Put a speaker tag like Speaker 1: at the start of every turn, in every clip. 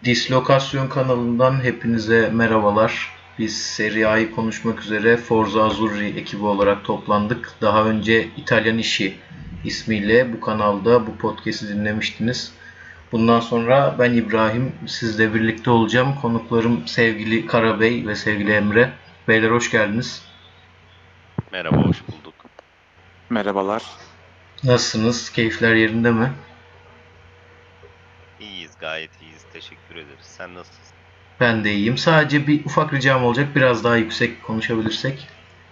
Speaker 1: Dislokasyon kanalından hepinize merhabalar. Biz Serie A'yı konuşmak üzere Forza Azzurri ekibi olarak toplandık. Daha önce İtalyan İşi ismiyle bu kanalda bu podcast'i dinlemiştiniz. Bundan sonra ben İbrahim sizle birlikte olacağım. Konuklarım sevgili Karabey ve sevgili Emre. Beyler hoş geldiniz.
Speaker 2: Merhaba, hoş bulduk.
Speaker 3: Merhabalar.
Speaker 1: Nasılsınız? Keyifler yerinde mi?
Speaker 2: İyiyiz, gayet iyiyiz. Teşekkür ederiz. Sen nasılsın?
Speaker 1: Ben de iyiyim. Sadece bir ufak ricam olacak. Biraz daha yüksek konuşabilirsek.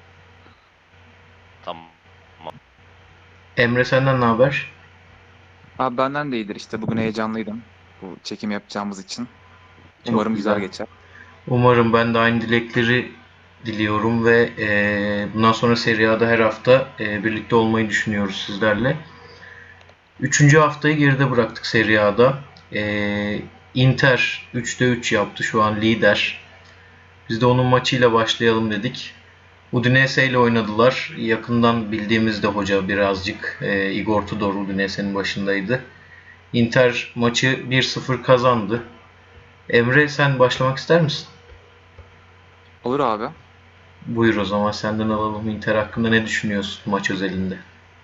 Speaker 2: Tamam.
Speaker 1: Emre senden ne haber?
Speaker 3: Abi benden de iyidir işte. Bugün heyecanlıydım bu çekim yapacağımız için.
Speaker 1: Çok
Speaker 3: Umarım güzel
Speaker 1: güzel.
Speaker 3: geçer.
Speaker 1: Umarım ben de aynı dilekleri diliyorum ve bundan sonra Serie A'da her hafta birlikte olmayı düşünüyoruz sizlerle. Üçüncü haftayı geride bıraktık Serie A'da. Inter 3'te 3 yaptı. Şu an lider. Biz de onun maçıyla başlayalım dedik. Udinese ile oynadılar. Yakından bildiğimiz de hoca birazcık. Igor Tudor Udinese'nin başındaydı. Inter maçı 1-0 kazandı. Emre sen başlamak ister misin?
Speaker 3: Olur abi.
Speaker 1: Buyur o zaman senden alalım. Inter hakkında ne düşünüyorsun maç özelinde?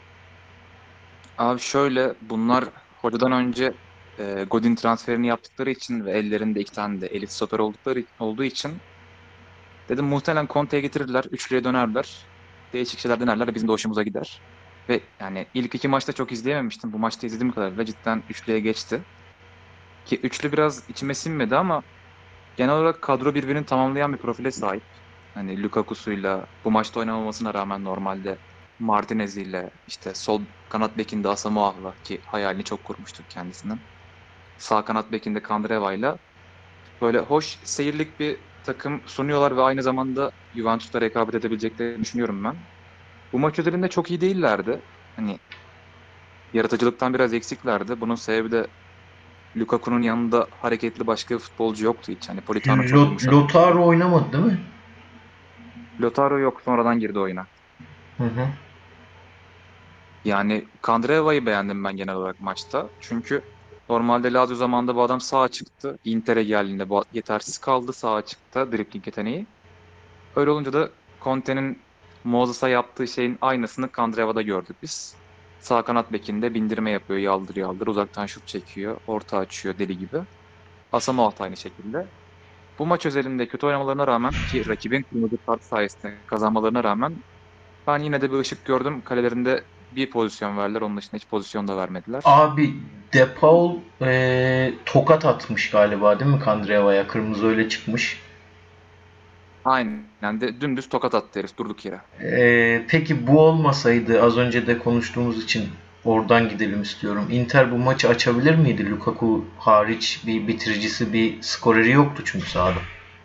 Speaker 3: Abi şöyle bunlar hocadan önce Godin transferini yaptıkları için ve ellerinde iki tane de elit stoper olduğu için dedim muhtemelen Conte'ye getirirler. Üçlüye dönerler. Değişik şeyler denerler. Bizim de hoşumuza gider. Ve yani ilk iki maçta çok izleyememiştim. Bu maçta izlediğim kadarıyla cidden üçlüye geçti. Ki üçlü biraz içime sinmedi ama genel olarak kadro birbirini tamamlayan bir profile sahip. Hani Lukaku'suyla bu maçta oynamamasına rağmen normalde Martinez'iyle işte sol kanat bekinde Asamoah'la ki hayalini çok kurmuştuk kendisinin. Sağ kanat bekinde Kandreva'yla böyle hoş seyirlik bir takım sunuyorlar ve aynı zamanda Juventus'ta rekabet edebileceklerini düşünüyorum ben. Bu maç üzerinde çok iyi değillerdi. Hani yaratıcılıktan biraz eksiklerdi. Bunun sebebi de Lukaku'nun yanında hareketli başka bir futbolcu yoktu hiç. Hani Politano çok yumuşak.
Speaker 1: Lautaro oynamadı değil mi?
Speaker 3: Lautaro yok, sonradan girdi oyuna.
Speaker 1: Hı hı.
Speaker 3: Yani Kandreva'yı beğendim ben genel olarak maçta. Çünkü normalde Lazio zamanında bu adam sağa çıktı. Inter'e geldiğinde bu yetersiz kaldı sağ açıkta dribling yeteneği. Öyle olunca da Conte'nin Moses'a yaptığı şeyin aynısını Kandreva'da gördük biz. Sağ kanat bekinde bindirme yapıyor, yaldır yaldır. Uzaktan şut çekiyor, orta açıyor deli gibi. Asamoah da aynı şekilde. Bu maç özelinde kötü oynamalarına rağmen ki rakibin kırmızı kart sayesinde kazanmalarına rağmen ben yine de bir ışık gördüm. Kalelerinde bir pozisyon verdiler. Onun dışında hiç pozisyon da vermediler.
Speaker 1: Abi De Paul tokat atmış galiba değil mi Kandreva'ya? Kırmızı öyle çıkmış.
Speaker 3: Aynen de dümdüz tokat attı herif durduk yere.
Speaker 1: Peki bu olmasaydı az önce de konuştuğumuz için oradan gidelim istiyorum. Inter bu maçı açabilir miydi? Lukaku hariç bir bitiricisi, bir skoreri yoktu çünkü sahada.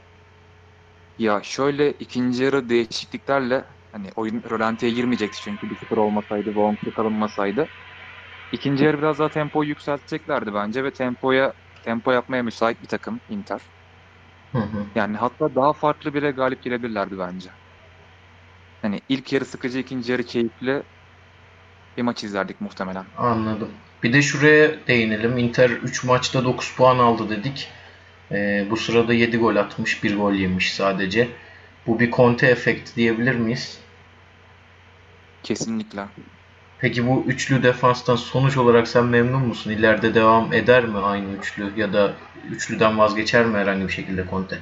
Speaker 3: Ya şöyle ikinci yarı değişikliklerle hani oyun rölantiye girmeyecekti çünkü bir sıfır olmasaydı ve 10 kalınmasaydı. İkinci yarı biraz daha tempoyu yükselteceklerdi bence ve tempo yapmaya müsait bir takım Inter.
Speaker 1: Hı hı.
Speaker 3: Yani hatta daha farklı bile galip gelebilirlerdi bence. Hani ilk yarı sıkıcı, ikinci yarı keyifli bir maç izlerdik muhtemelen.
Speaker 1: Anladım. Bir de şuraya değinelim. Inter 3 maçta 9 puan aldı dedik. Bu sırada 7 gol atmış, bir gol yemiş sadece. Bu bir Conte efekt diyebilir miyiz?
Speaker 3: Kesinlikle.
Speaker 1: Peki bu üçlü defanstan sonuç olarak sen memnun musun? İleride devam eder mi aynı üçlü ya da üçlüden vazgeçer mi herhangi bir şekilde Conte?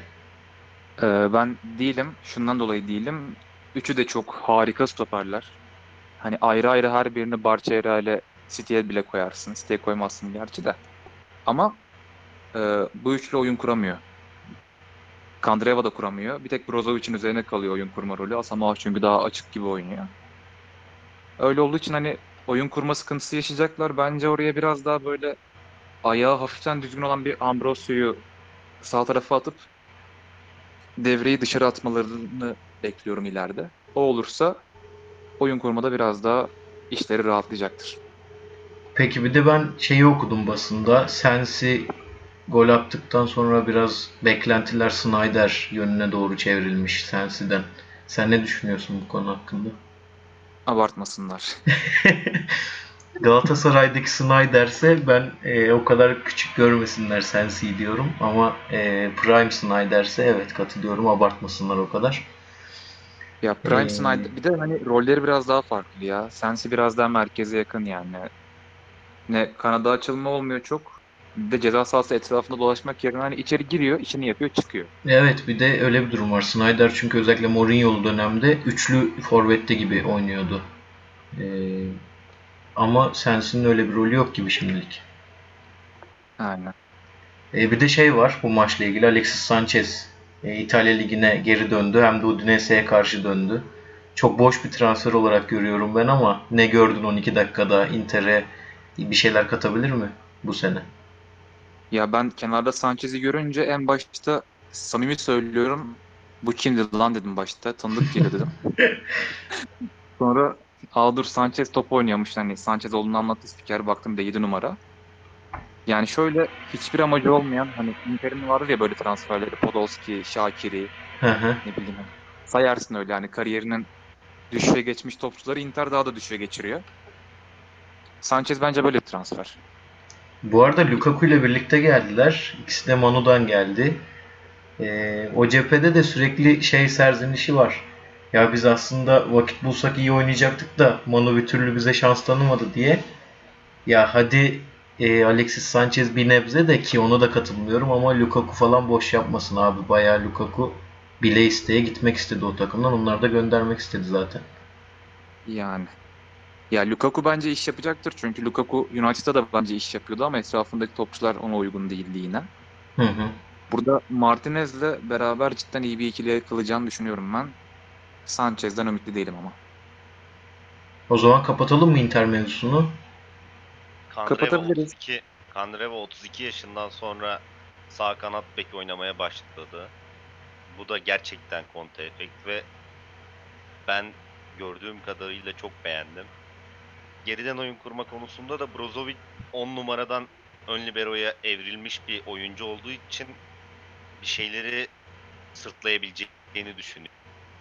Speaker 3: Ben değilim. Şundan dolayı değilim. Üçü de çok harika stoperler. Hani ayrı ayrı her birini Barçera ile City'ye bile koyarsın. City'ye koymazsın gerçi de. Ama e, bu üçlü oyun kuramıyor. Kandreva da kuramıyor. Bir tek Brozovic'in üzerine kalıyor oyun kurma rolü. Asamoah çünkü daha açık gibi oynuyor. Öyle olduğu için hani oyun kurma sıkıntısı yaşayacaklar. Bence oraya biraz daha böyle ayağı hafiften düzgün olan bir Ambrosio'yu sağ tarafa atıp devreyi dışarı atmalarını bekliyorum ileride. O olursa oyun kurmada biraz daha işleri rahatlayacaktır.
Speaker 1: Peki bir de ben şeyi okudum basında. Sensi gol attıktan sonra biraz beklentiler Snyder yönüne doğru çevrilmiş Sensi'den. Sen ne düşünüyorsun bu konu hakkında?
Speaker 3: Abartmasınlar.
Speaker 1: Galatasaray'daki Snyder'se ben o kadar küçük görmesinler Sensi'yi diyorum. Ama Prime Snyder'se evet katılıyorum. Abartmasınlar o kadar.
Speaker 3: Ya Prime
Speaker 1: E,
Speaker 3: Snyder bir de hani rolleri biraz daha farklı ya. Sensi biraz daha merkeze yakın yani. Ne kanada açılma olmuyor çok. Bir de ceza sahası etrafında dolaşmak yerine hani içeri giriyor, işini yapıyor, çıkıyor.
Speaker 1: evet bir de öyle bir durum var. Snyder çünkü özellikle Mourinho'lu dönemde üçlü forvette gibi oynuyordu. E, Ama Sensi'nin öyle bir rolü yok gibi şimdilik.
Speaker 3: Aynen.
Speaker 1: Bir de şey var bu maçla ilgili. Alexis Sanchez İtalya Ligi'ne geri döndü. Hem de Udinese'ye karşı döndü. Çok boş bir transfer olarak görüyorum ben ama ne gördün 12 dakikada Inter'e bir şeyler katabilir mi bu sene?
Speaker 3: Ya ben kenarda Sanchez'i görünce en başta samimi söylüyorum. Bu kimdi lan dedim başta. Tanıdık geliyor dedim. Sonra dur Sanchez top oynuyormuş. Hani Sanchez olduğunu anlattı spiker. Baktım da 7 numara. Yani şöyle hiçbir amacı olmayan hani Inter'in vardır ya böyle transferleri Podolski, Şakiri
Speaker 1: Hı hı.
Speaker 3: ne bileyim hani sayarsın öyle hani kariyerinin düşüşe geçmiş topçuları Inter daha da düşüşe geçiriyor. Sanchez bence böyle bir transfer.
Speaker 1: Bu arada Lukaku ile birlikte geldiler. İkisi de Manu'dan geldi. O cephede de sürekli şey serzenişi var. Ya biz aslında vakit bulsak iyi oynayacaktık da Manu bir türlü bize şans tanımadı diye. Ya hadi Alexis Sanchez bir nebze de ki ona da katılmıyorum ama Lukaku falan boş yapmasın abi. Bayağı Lukaku bile isteye gitmek istedi o takımdan. Onlar da göndermek istedi zaten.
Speaker 3: Yani ya Lukaku bence iş yapacaktır. Çünkü Lukaku United'da da bence iş yapıyordu ama etrafındaki topçular ona uygun değildi yine.
Speaker 1: Hı hı.
Speaker 3: Burada Martinez'le beraber cidden iyi bir ikili kılacağını düşünüyorum ben. Sanchez'den ümitli değilim ama.
Speaker 1: O zaman kapatalım mı Inter mevzusunu?
Speaker 2: Kandreva
Speaker 3: Kapatabiliriz.
Speaker 2: 32 Kandreva 32 yaşından sonra sağ kanat bek oynamaya başladı. Bu da gerçekten kontra efekt ve ben gördüğüm kadarıyla çok beğendim. Geriden oyun kurma konusunda da Brozovic 10 numaradan ön libero'ya evrilmiş bir oyuncu olduğu için bir şeyleri sırtlayabileceğini düşünüyorum.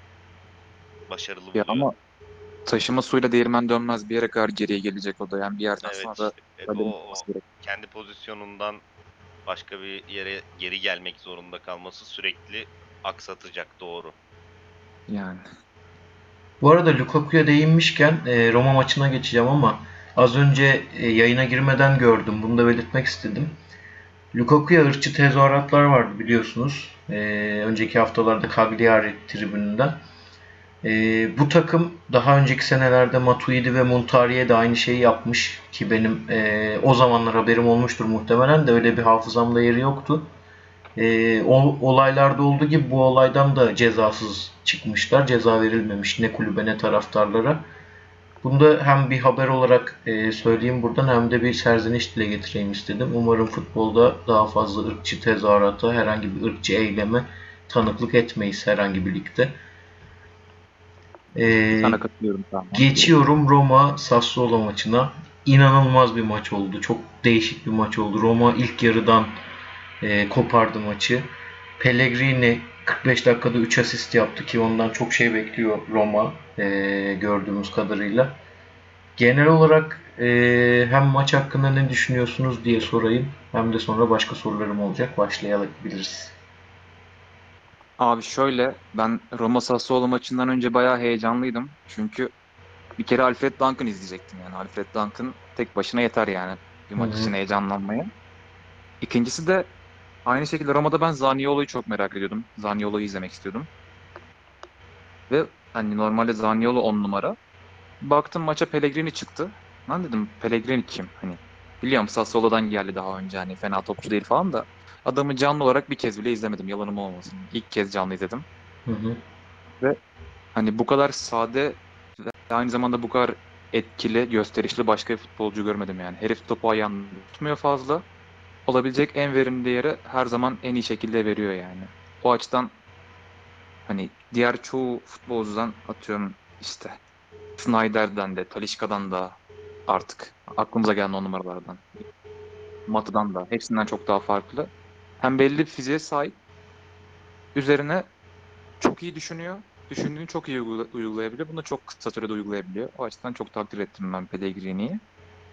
Speaker 2: Başarılı
Speaker 3: Ya
Speaker 2: buluyorum.
Speaker 3: ama taşıma suyla değirmen dönmez. Bir yere kadar geriye gelecek o da. Yani bir yerden
Speaker 2: Evet
Speaker 3: sonra da
Speaker 2: işte
Speaker 3: kaderin olması gerek.
Speaker 2: kendi pozisyonundan başka bir yere geri gelmek zorunda kalması sürekli aksatacak, doğru.
Speaker 3: Yani.
Speaker 1: Bu arada Lukaku'ya değinmişken Roma maçına geçeceğim ama az önce yayına girmeden gördüm. Bunu da belirtmek istedim. Lukaku'ya ırkçı tezahüratlar vardı biliyorsunuz. Önceki haftalarda Cagliari tribününden. Bu takım daha önceki senelerde Matuidi ve Montari'ye de aynı şeyi yapmış ki benim o zamanlar haberim olmuştur muhtemelen de öyle bir hafızamda yeri yoktu. O olaylarda olduğu gibi bu olaydan da cezasız çıkmışlar. Ceza verilmemiş ne kulübe ne taraftarlara. Bunu da hem bir haber olarak söyleyeyim buradan hem de bir serzeniş dile getireyim istedim. Umarım futbolda daha fazla ırkçı tezahürata, herhangi bir ırkçı eyleme tanıklık etmeyiz herhangi bir ligde. E,
Speaker 3: Sana katılıyorum tamamen.
Speaker 1: Geçiyorum Roma Sassuolo maçına. İnanılmaz bir maç oldu. Çok değişik bir maç oldu. Roma ilk yarıdan kopardı maçı. Pellegrini 45 dakikada 3 asist yaptı ki ondan çok şey bekliyor Roma gördüğümüz kadarıyla. Genel olarak hem maç hakkında ne düşünüyorsunuz diye sorayım. Hem de sonra başka sorularım olacak. Başlayabiliriz.
Speaker 3: Abi şöyle ben Roma Sassuolo maçından önce bayağı heyecanlıydım. Çünkü bir kere Alfred Duncan izleyecektim yani. Alfred Duncan tek başına yeter yani bir
Speaker 1: Hı
Speaker 3: maç
Speaker 1: hı.
Speaker 3: için heyecanlanmaya. İkincisi de aynı şekilde Roma'da ben Zaniolo'yu çok merak ediyordum. Zaniolo'yu izlemek istiyordum. Ve hani normalde Zaniolo 10 numara. Baktım maça Pellegrini çıktı. Lan dedim Pellegrini kim? Hani biliyorum Sassuolo'dan geldi daha önce hani fena topçu değil falan da adamı canlı olarak bir kez bile izlemedim yalanım olmasın. İlk kez canlı izledim.
Speaker 1: Hı hı.
Speaker 3: Ve hani bu kadar sade ve aynı zamanda bu kadar etkili, gösterişli başka bir futbolcu görmedim yani. Herif topu ayağında tutmuyor fazla. Olabilecek en verimli yere her zaman en iyi şekilde veriyor yani. O açıdan hani diğer çoğu futbolcudan atıyorum işte Snyder'den de, Talisca'dan da artık aklımıza gelen o numaralardan. Matı'dan da hepsinden çok daha farklı. Hem belli bir fiziğe sahip, üzerine çok iyi düşünüyor. Düşündüğünü çok iyi uygulayabiliyor. Bunu da çok kısa sürede uygulayabiliyor. O açıdan çok takdir ettim ben Pellegrini'yi.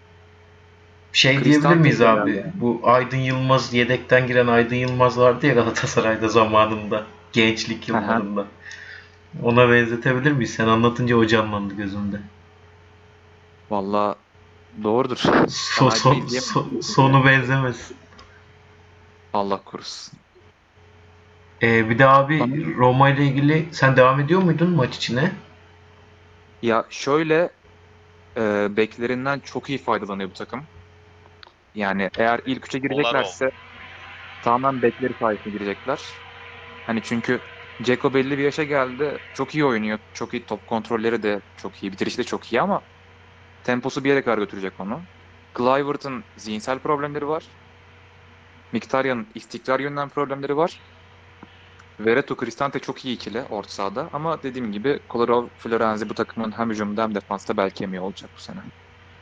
Speaker 1: Şey diyebilir
Speaker 3: Cristante
Speaker 1: miyiz
Speaker 3: herhalde
Speaker 1: abi?
Speaker 3: yani.
Speaker 1: Bu Aydın Yılmaz, yedekten giren Aydın Yılmaz vardı ya Galatasaray'da zamanında. Gençlik
Speaker 3: Haha,
Speaker 1: yıllarında. Ona benzetebilir miyiz? Sen anlatınca o canlandı gözümde.
Speaker 3: valla doğrudur.
Speaker 1: So-
Speaker 3: Sana bir
Speaker 1: son-
Speaker 3: şey diyemem.
Speaker 1: so- sonu benzemez.
Speaker 3: Allah korusun.
Speaker 1: Bir de abi
Speaker 3: Bana
Speaker 1: Roma ile ilgili sen devam ediyor muydun maç içine?
Speaker 3: ya şöyle beklerinden çok iyi faydalanıyor bu takım. Yani eğer ilk üçe
Speaker 2: Kolarov.
Speaker 3: gireceklerse tamamen bekleri sayesinde girecekler. Hani çünkü Dzeko belli bir yaşa geldi. Çok iyi oynuyor. Çok iyi top kontrolleri de çok iyi. Bitirişi de çok iyi ama temposu bir yere kadar götürecek onu. Kluivert'ın zihinsel problemleri var. Mkhitaryan'ın istikrar yönünden problemleri var. Veretout Cristante çok iyi ikili orta sahada ama dediğim gibi Kolarov, Florenzi bu takımın hem hücumda hem defansta belki yemiyor olacak bu sene.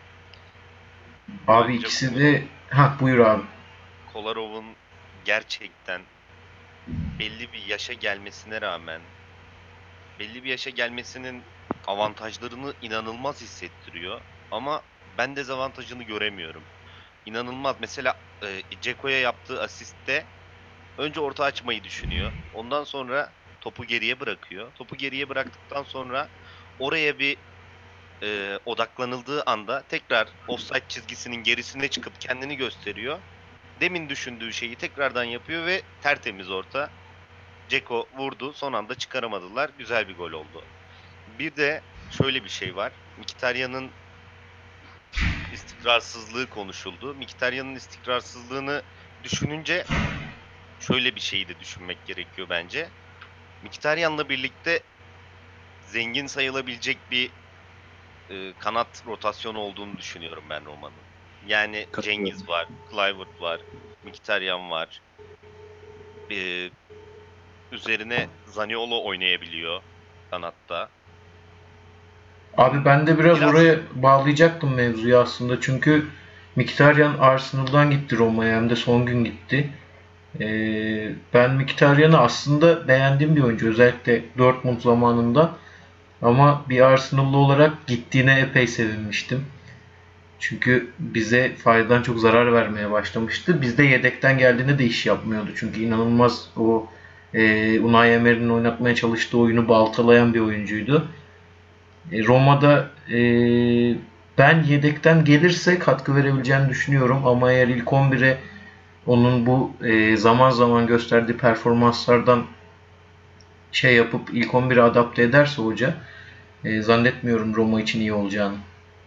Speaker 1: Abi
Speaker 2: Bence
Speaker 1: ikisi de... Ha buyur abi.
Speaker 2: Kolarov'un gerçekten belli bir yaşa gelmesine rağmen belli bir yaşa gelmesinin avantajlarını inanılmaz hissettiriyor. Ama ben dezavantajını göremiyorum. İnanılmaz. Mesela Dzeko'ya yaptığı asistte önce orta açmayı düşünüyor. Ondan sonra topu geriye bırakıyor. Topu geriye bıraktıktan sonra oraya bir odaklanıldığı anda tekrar offside çizgisinin gerisine çıkıp kendini gösteriyor. Demin düşündüğü şeyi tekrardan yapıyor ve tertemiz orta. Dzeko vurdu. Son anda çıkaramadılar. Güzel bir gol oldu. Bir de şöyle bir şey var. Mkhitaryan'ın istikrarsızlığı konuşuldu. Mkhitaryan'ın istikrarsızlığını düşününce şöyle bir şeyi de düşünmek gerekiyor bence. Mkhitaryan'la birlikte zengin sayılabilecek bir kanat rotasyonu olduğunu düşünüyorum ben Roma'nın. Yani
Speaker 3: Katılıyorum.
Speaker 2: Cengiz var, Kluivert var, Mkhitaryan var. E, Üzerine Zaniolo oynayabiliyor kanatta.
Speaker 1: Abi ben de biraz
Speaker 2: Biraz
Speaker 1: oraya bağlayacaktım mevzuyu aslında. Çünkü Mkhitaryan Arsenal'dan gitti Roma'ya hem de son gün gitti. Ben Mkhitaryan'ı aslında beğendiğim bir oyuncu. Özellikle Dortmund zamanında. Ama bir Arsenal'lı olarak gittiğine epey sevinmiştim. Çünkü bize faydadan çok zarar vermeye başlamıştı. Bizde yedekten geldiğinde de iş yapmıyordu. Çünkü inanılmaz o Unai Emery'nin oynatmaya çalıştığı oyunu baltalayan bir oyuncuydu. Roma'da ben yedekten gelirse katkı verebileceğini düşünüyorum. Ama eğer ilk 11'e onun bu zaman zaman gösterdiği performanslardan şey yapıp ilk 11'e adapte ederse hoca zannetmiyorum Roma için iyi olacağını.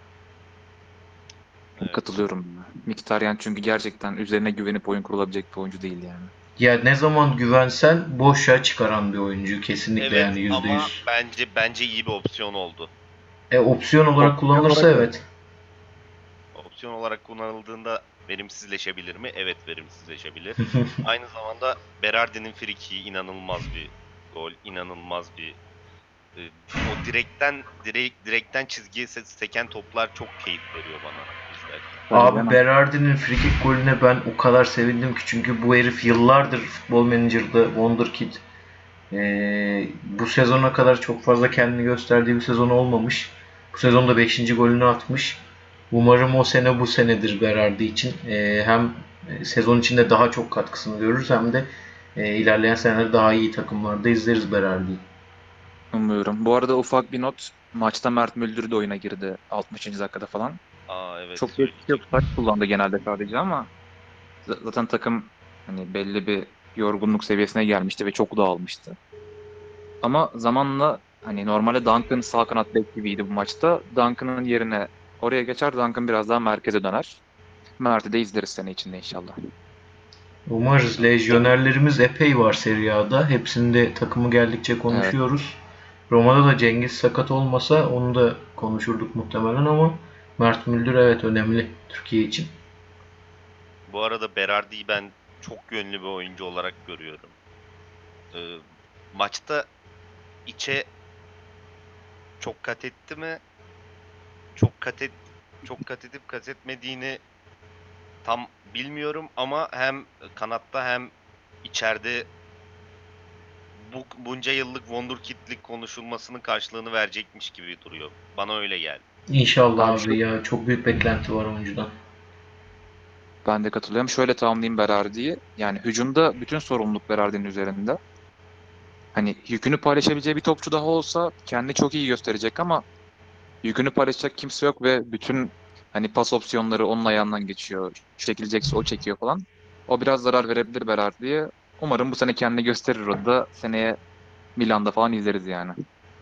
Speaker 2: evet.
Speaker 3: Katılıyorum ya. Mkhitaryan çünkü gerçekten üzerine güvenip oyun kurulabilecek bir oyuncu değil yani.
Speaker 1: Ya ne zaman güvensen boşa çıkaran bir oyuncu kesinlikle
Speaker 2: Evet
Speaker 1: yani
Speaker 2: ama
Speaker 1: %100.
Speaker 2: bence iyi bir opsiyon oldu.
Speaker 1: Opsiyon olarak
Speaker 3: Opsiyon
Speaker 1: kullanılırsa
Speaker 3: olarak evet.
Speaker 1: evet.
Speaker 2: Opsiyon olarak kullanıldığında verimsizleşebilir mi? Evet verimsizleşebilir. Aynı zamanda Berardi'nin frikiki inanılmaz bir gol, inanılmaz bir o direkten çizgiye seken toplar çok keyif veriyor bana izlerken.
Speaker 3: Tabii
Speaker 1: Abi
Speaker 3: canım.
Speaker 1: Berardi'nin frikik golüne ben o kadar sevindim ki çünkü bu herif yıllardır Futbol Manager'da Wonderkid. Bu sezona kadar çok fazla kendini gösterdiği bir sezon olmamış. Bu sezonda beşinci golünü atmış. Umarım o sene bu senedir Berardi için. Hem sezon içinde daha çok katkısını görürüz hem de ilerleyen senelerde daha iyi takımlarda izleriz Berardi'yi.
Speaker 3: Umuyorum. Bu arada ufak bir not. Maçta Mert Müldür de oyuna girdi 60. dakikada falan.
Speaker 2: Aa evet
Speaker 3: Çok bir etkisi yok.
Speaker 2: söyleyecek.
Speaker 3: Taç kullandı genelde sadece ama zaten takım hani belli bir yorgunluk seviyesine gelmişti ve çok dağılmıştı. Ama zamanla hani normalde Duncan sağ kanat bek gibiydi bu maçta. Duncan'ın yerine oraya geçer. Duncan biraz daha merkeze döner. Mert'i de izleriz sene içinde inşallah.
Speaker 1: Umarız
Speaker 3: Senin,
Speaker 1: lejyonerlerimiz epey var Serie A'da. Hepsini de takımı geldikçe
Speaker 3: evet.
Speaker 1: konuşuyoruz. Roma'da da Cengiz sakat olmasa onu da konuşurduk muhtemelen ama Mert Müldür evet önemli Türkiye için.
Speaker 2: Bu arada Berardi'yi ben çok yönlü bir oyuncu olarak görüyorum. Ee, Maçta içe çok kat etti mi? Çok kat et çok kat edip kat etmediğini tam bilmiyorum ama hem kanatta hem içeride bunca yıllık Wonderkid'lik konuşulmasının karşılığını verecekmiş gibi duruyor. Bana öyle geldi.
Speaker 1: İnşallah
Speaker 3: Abi
Speaker 1: abi
Speaker 3: şu
Speaker 1: ya çok büyük beklenti var oyuncudan.
Speaker 3: Ben de katılıyorum. Şöyle tamamlayayım Berardi'yi. Yani hücumda bütün sorumluluk Berardi'nin üzerinde. Hani yükünü paylaşabileceği bir topçu daha olsa kendini çok iyi gösterecek ama yükünü paylaşacak kimse yok ve bütün hani pas opsiyonları onun ayağından geçiyor. Çekilecekse o çekiyor falan. O biraz zarar verebilir Berardi'ye. Umarım bu sene kendini gösterir o da. Seneye Milan'da falan izleriz yani.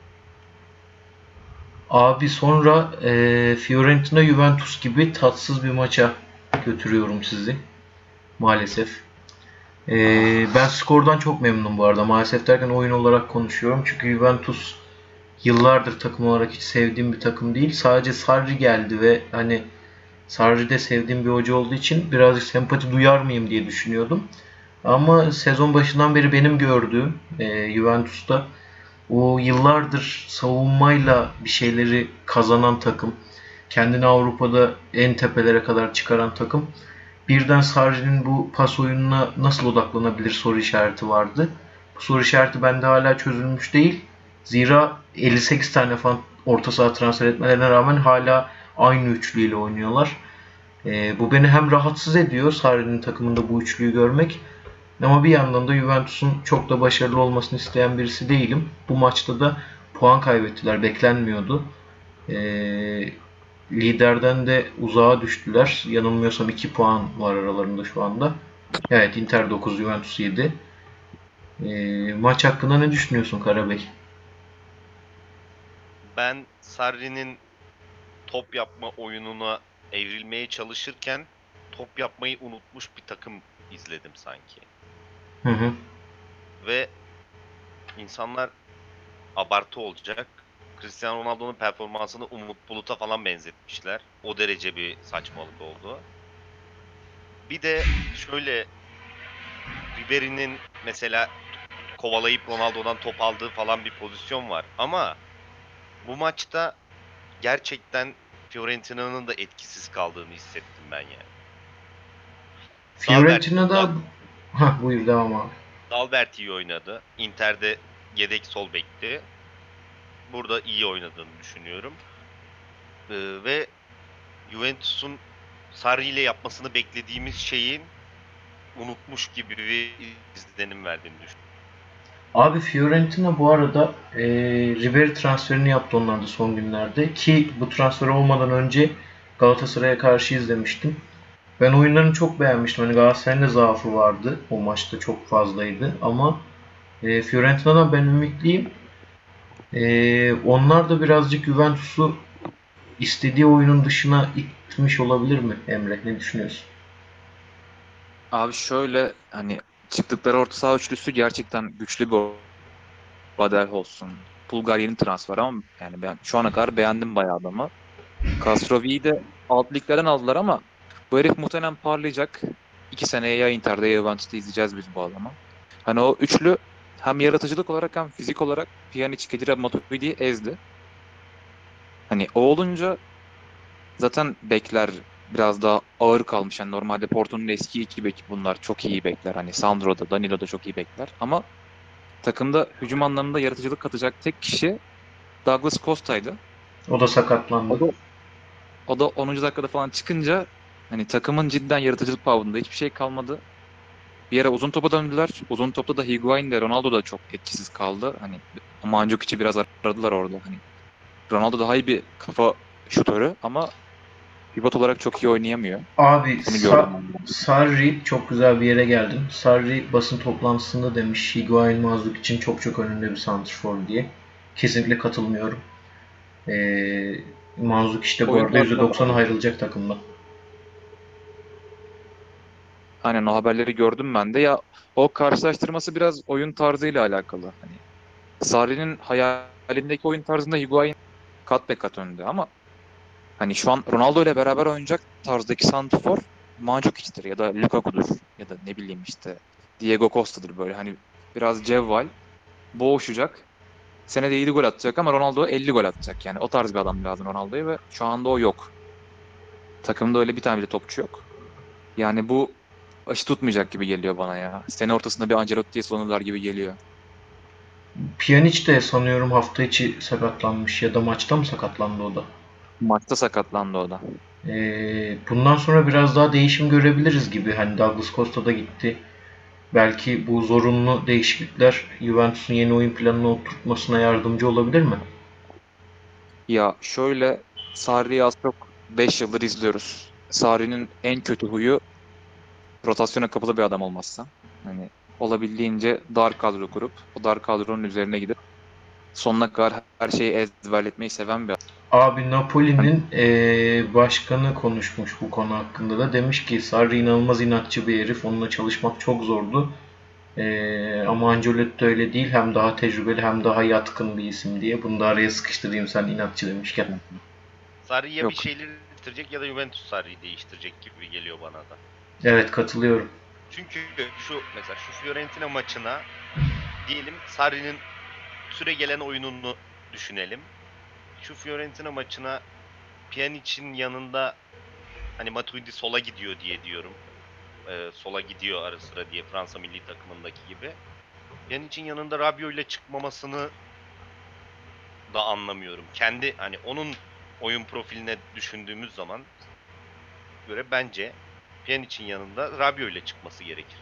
Speaker 1: Abi sonra Fiorentina Juventus gibi tatsız bir maça götürüyorum sizi maalesef. Ben
Speaker 3: Ah,
Speaker 1: skordan çok memnunum bu arada. Maalesef derken oyun olarak konuşuyorum. Çünkü Juventus yıllardır takım olarak hiç sevdiğim bir takım değil. Sadece Sarri geldi ve hani Sarri de sevdiğim bir hoca olduğu için birazcık sempati duyar mıyım diye düşünüyordum. Ama sezon başından beri benim gördüğüm Juventus'ta o yıllardır savunmayla bir şeyleri kazanan takım, kendini Avrupa'da en tepelere kadar çıkaran takım, birden Sarri'nin bu pas oyununa nasıl odaklanabilir soru işareti vardı. Bu soru işareti bende hala çözülmüş değil. Zira 58 tane falan orta saha transfer etmelerine rağmen hala aynı üçlüyle oynuyorlar. Bu beni hem rahatsız ediyor Sarri'nin takımında bu üçlüyü görmek, ama bir yandan da Juventus'un çok da başarılı olmasını isteyen birisi değilim. Bu maçta da puan kaybettiler. Beklenmiyordu. Ee, Liderden de uzağa düştüler. Yanılmıyorsam 2 puan var aralarında şu anda. Evet, Inter 9, Juventus 7. Maç hakkında ne düşünüyorsun Karabey?
Speaker 2: Ben Sarri'nin top yapma oyununa evrilmeye çalışırken top yapmayı unutmuş bir takım izledim sanki.
Speaker 1: Hı hı.
Speaker 2: Ve insanlar abartı olacak. Cristiano Ronaldo'nun performansını Umut Bulut'a falan benzetmişler. O derece bir saçmalık oldu. Bir de şöyle Ribery'nin mesela kovalayıp Ronaldo'dan top aldığı falan bir pozisyon var. Ama bu maçta gerçekten Fiorentina'nın da etkisiz kaldığını hissettim ben yani. Dalbert,
Speaker 1: Fiorentina'da... Buyur devam abi.
Speaker 2: Dalbert iyi oynadı. Inter'de yedek sol bekti. Burada iyi oynadığını düşünüyorum. Ve Juventus'un Sarri ile yapmasını beklediğimiz şeyin unutmuş gibi bir izlenim verdiğini düşünüyorum.
Speaker 1: Abi Fiorentina bu arada Ribery transferini yaptı onlar da son günlerde. Ki bu transfer olmadan önce Galatasaray'a karşı izlemiştim. Ben oyunlarını çok beğenmiştim. Hani Galatasaray'ın da zaafı vardı. O maçta çok fazlaydı. Ama Fiorentina'dan ben ümitliyim. Onlar da birazcık Juventus'u istediği oyunun dışına itmiş olabilir mi Emre? Ne düşünüyorsun?
Speaker 3: abi şöyle hani çıktıkları orta saha üçlüsü gerçekten güçlü bir Badel olsun. Bulgar yeni transfer ama yani ben şu ana kadar beğendim bayağı adamı. Castrovi'yi de alt liglerden aldılar ama bu herif muhtemelen parlayacak. 2 seneye ya Inter'de ya Juventus'ta izleyeceğiz biz bu adamı. Hani o üçlü hem yaratıcılık olarak hem fizik olarak Pjanic, Khedira, Matuidi'yi ezdi. Hani o olunca zaten bekler biraz daha ağır kalmış. Yani normalde Porto'nun eski iki beki bunlar çok iyi bekler. Hani Sandro da Danilo da çok iyi bekler. Ama takımda hücum anlamında yaratıcılık katacak tek kişi Douglas Costa'ydı.
Speaker 1: O da
Speaker 3: O
Speaker 1: sakatlandı.
Speaker 3: da o da 10. dakikada falan çıkınca hani takımın cidden yaratıcılık pavında hiçbir şey kalmadı. Bir ara uzun topa döndüler. Uzun topta da Higuain de Ronaldo da çok etkisiz kaldı. Hani Mandzukiç'i biraz aradılar orada. Hani Ronaldo daha iyi bir kafa şutörü ama pivot olarak çok iyi oynayamıyor.
Speaker 1: Abi
Speaker 3: Bunu gördüm ben.
Speaker 1: Sarri çok güzel bir yere geldin. Sarri basın toplantısında demiş Higuain Mazluk için çok çok önünde bir santrfor diye. Kesinlikle katılmıyorum. Manzuk işte bu
Speaker 3: Oyun
Speaker 1: arada
Speaker 3: tarzıyla
Speaker 1: %90'ı
Speaker 3: bağlı.
Speaker 1: ayrılacak takımdan.
Speaker 3: Aynen o haberleri gördüm ben de. Ya o karşılaştırması biraz oyun tarzıyla alakalı. Hani Sarri'nin hayalindeki oyun tarzında Higuain kat be kat önde ama hani şu an Ronaldo ile beraber oynayacak tarzdaki santrfor Mandžukic'tir ya da Lukaku'dur ya da ne bileyim işte Diego Costa'dır böyle hani biraz cevval, boğuşacak. Senede 7 gol atacak ama Ronaldo 50 gol atacak. Yani o tarz bir adam lazım Ronaldo'ya ve şu anda o yok. Takımda öyle bir tane bile topçu yok. Yani bu aşı tutmayacak gibi geliyor bana ya. Sene ortasında bir Ancelotti'ye salınırlar gibi geliyor.
Speaker 1: Pjanic de sanıyorum hafta içi sakatlanmış ya da maçta mı sakatlandı o da?
Speaker 3: Maçta sakatlandı o da.
Speaker 1: Bundan sonra biraz daha değişim görebiliriz gibi. Hani Douglas Costa da gitti. Belki bu zorunlu değişiklikler Juventus'un yeni oyun planını oturtmasına yardımcı olabilir mi?
Speaker 3: Ya şöyle, Sarri'yi az çok 5 yıldır izliyoruz. Sarri'nin en kötü huyu rotasyona kapalı bir adam olmazsa. Hani olabildiğince dar kadro kurup o dar kadronun üzerine gidip sonuna kadar her şeyi ezberletmeyi seven bir adam.
Speaker 1: Abi
Speaker 3: Hani,
Speaker 1: Napoli'nin başkanı konuşmuş bu konu hakkında da. Demiş ki Sarri inanılmaz inatçı bir herif. Onunla çalışmak çok zordu. Ama Ancelotti öyle değil. Hem daha tecrübeli hem daha yatkın bir isim diye. Bunu da araya sıkıştırayım sen inatçı demişken.
Speaker 2: Sarri ya bir
Speaker 3: yok.
Speaker 2: şeyleri değiştirecek ya da Juventus Sarri'yi değiştirecek gibi geliyor bana da.
Speaker 1: Evet, katılıyorum.
Speaker 2: Çünkü mesela şu Fiorentina maçına diyelim Sarri'nin süre gelen oyununu düşünelim. Şu Fiorentina maçına Pjanic'in yanında hani Matuidi sola gidiyor diye diyorum. Sola gidiyor ara sıra diye Fransa milli takımındaki gibi. Pjanic'in yanında Rabiot ile çıkmamasını da anlamıyorum. Kendi hani onun oyun profiline düşündüğümüz zaman göre bence Pjanic'in yanında Rabiot ile çıkması gerekir.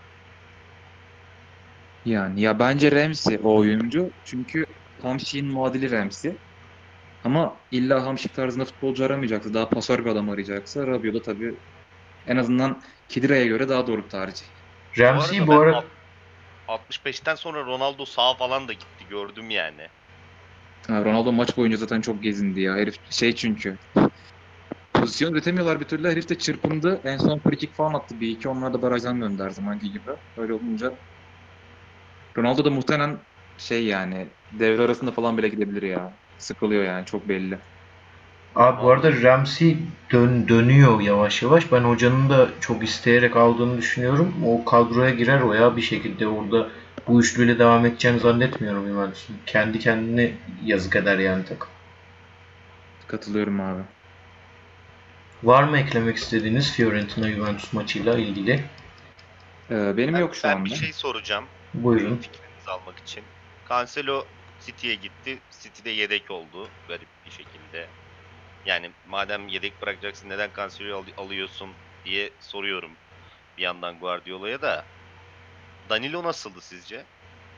Speaker 3: Yani ya bence Ramsey o oyuncu. Çünkü Hamşik'in muadili Ramsey. Ama illa Hamşik tarzında futbolcu aramayacaksa, daha pasör bir adam arayacaksa Rabiot da tabii en azından Khedira göre daha doğru bir tercih.
Speaker 2: Bu
Speaker 1: Ramsey
Speaker 2: arada
Speaker 1: bu
Speaker 2: ben
Speaker 1: ara
Speaker 2: 65'ten sonra Ronaldo sağa falan da gitti gördüm yani.
Speaker 3: Ha, Ronaldo maç boyunca zaten çok gezindi ya. Herif şey çünkü. Pozisyon üretemiyorlar bir türlü. Herif de çırpındı. En son free kick falan attı. Bir iki onlar da barajdan döndü her zamanki gibi. Öyle olunca Ronaldo da muhtemelen şey yani devre arasında falan bile gidebilir ya. Sıkılıyor yani çok belli.
Speaker 1: Abi bu
Speaker 2: Ronaldo
Speaker 1: arada Ramsey dönüyor yavaş yavaş. Ben hocanın da çok isteyerek aldığını düşünüyorum. O kadroya girer o ya bir şekilde. Orada bu üçlüyle devam edeceğini zannetmiyorum Juventus'un. Kendi kendine yazık eder yani takım.
Speaker 3: Katılıyorum abi.
Speaker 1: Var mı eklemek istediğiniz Fiorentina Juventus maçıyla ilgili?
Speaker 3: Benim
Speaker 2: ben,
Speaker 3: yok şu
Speaker 2: ben bir
Speaker 3: anda.
Speaker 2: şey soracağım.
Speaker 1: Buyurun.
Speaker 2: Fikrinizi almak için. Cancelo City'ye gitti. City'de yedek oldu garip bir şekilde. Yani madem yedek bırakacaksın neden Cancelo'yu alıyorsun diye soruyorum bir yandan Guardiola'ya da. Danilo nasıldı sizce?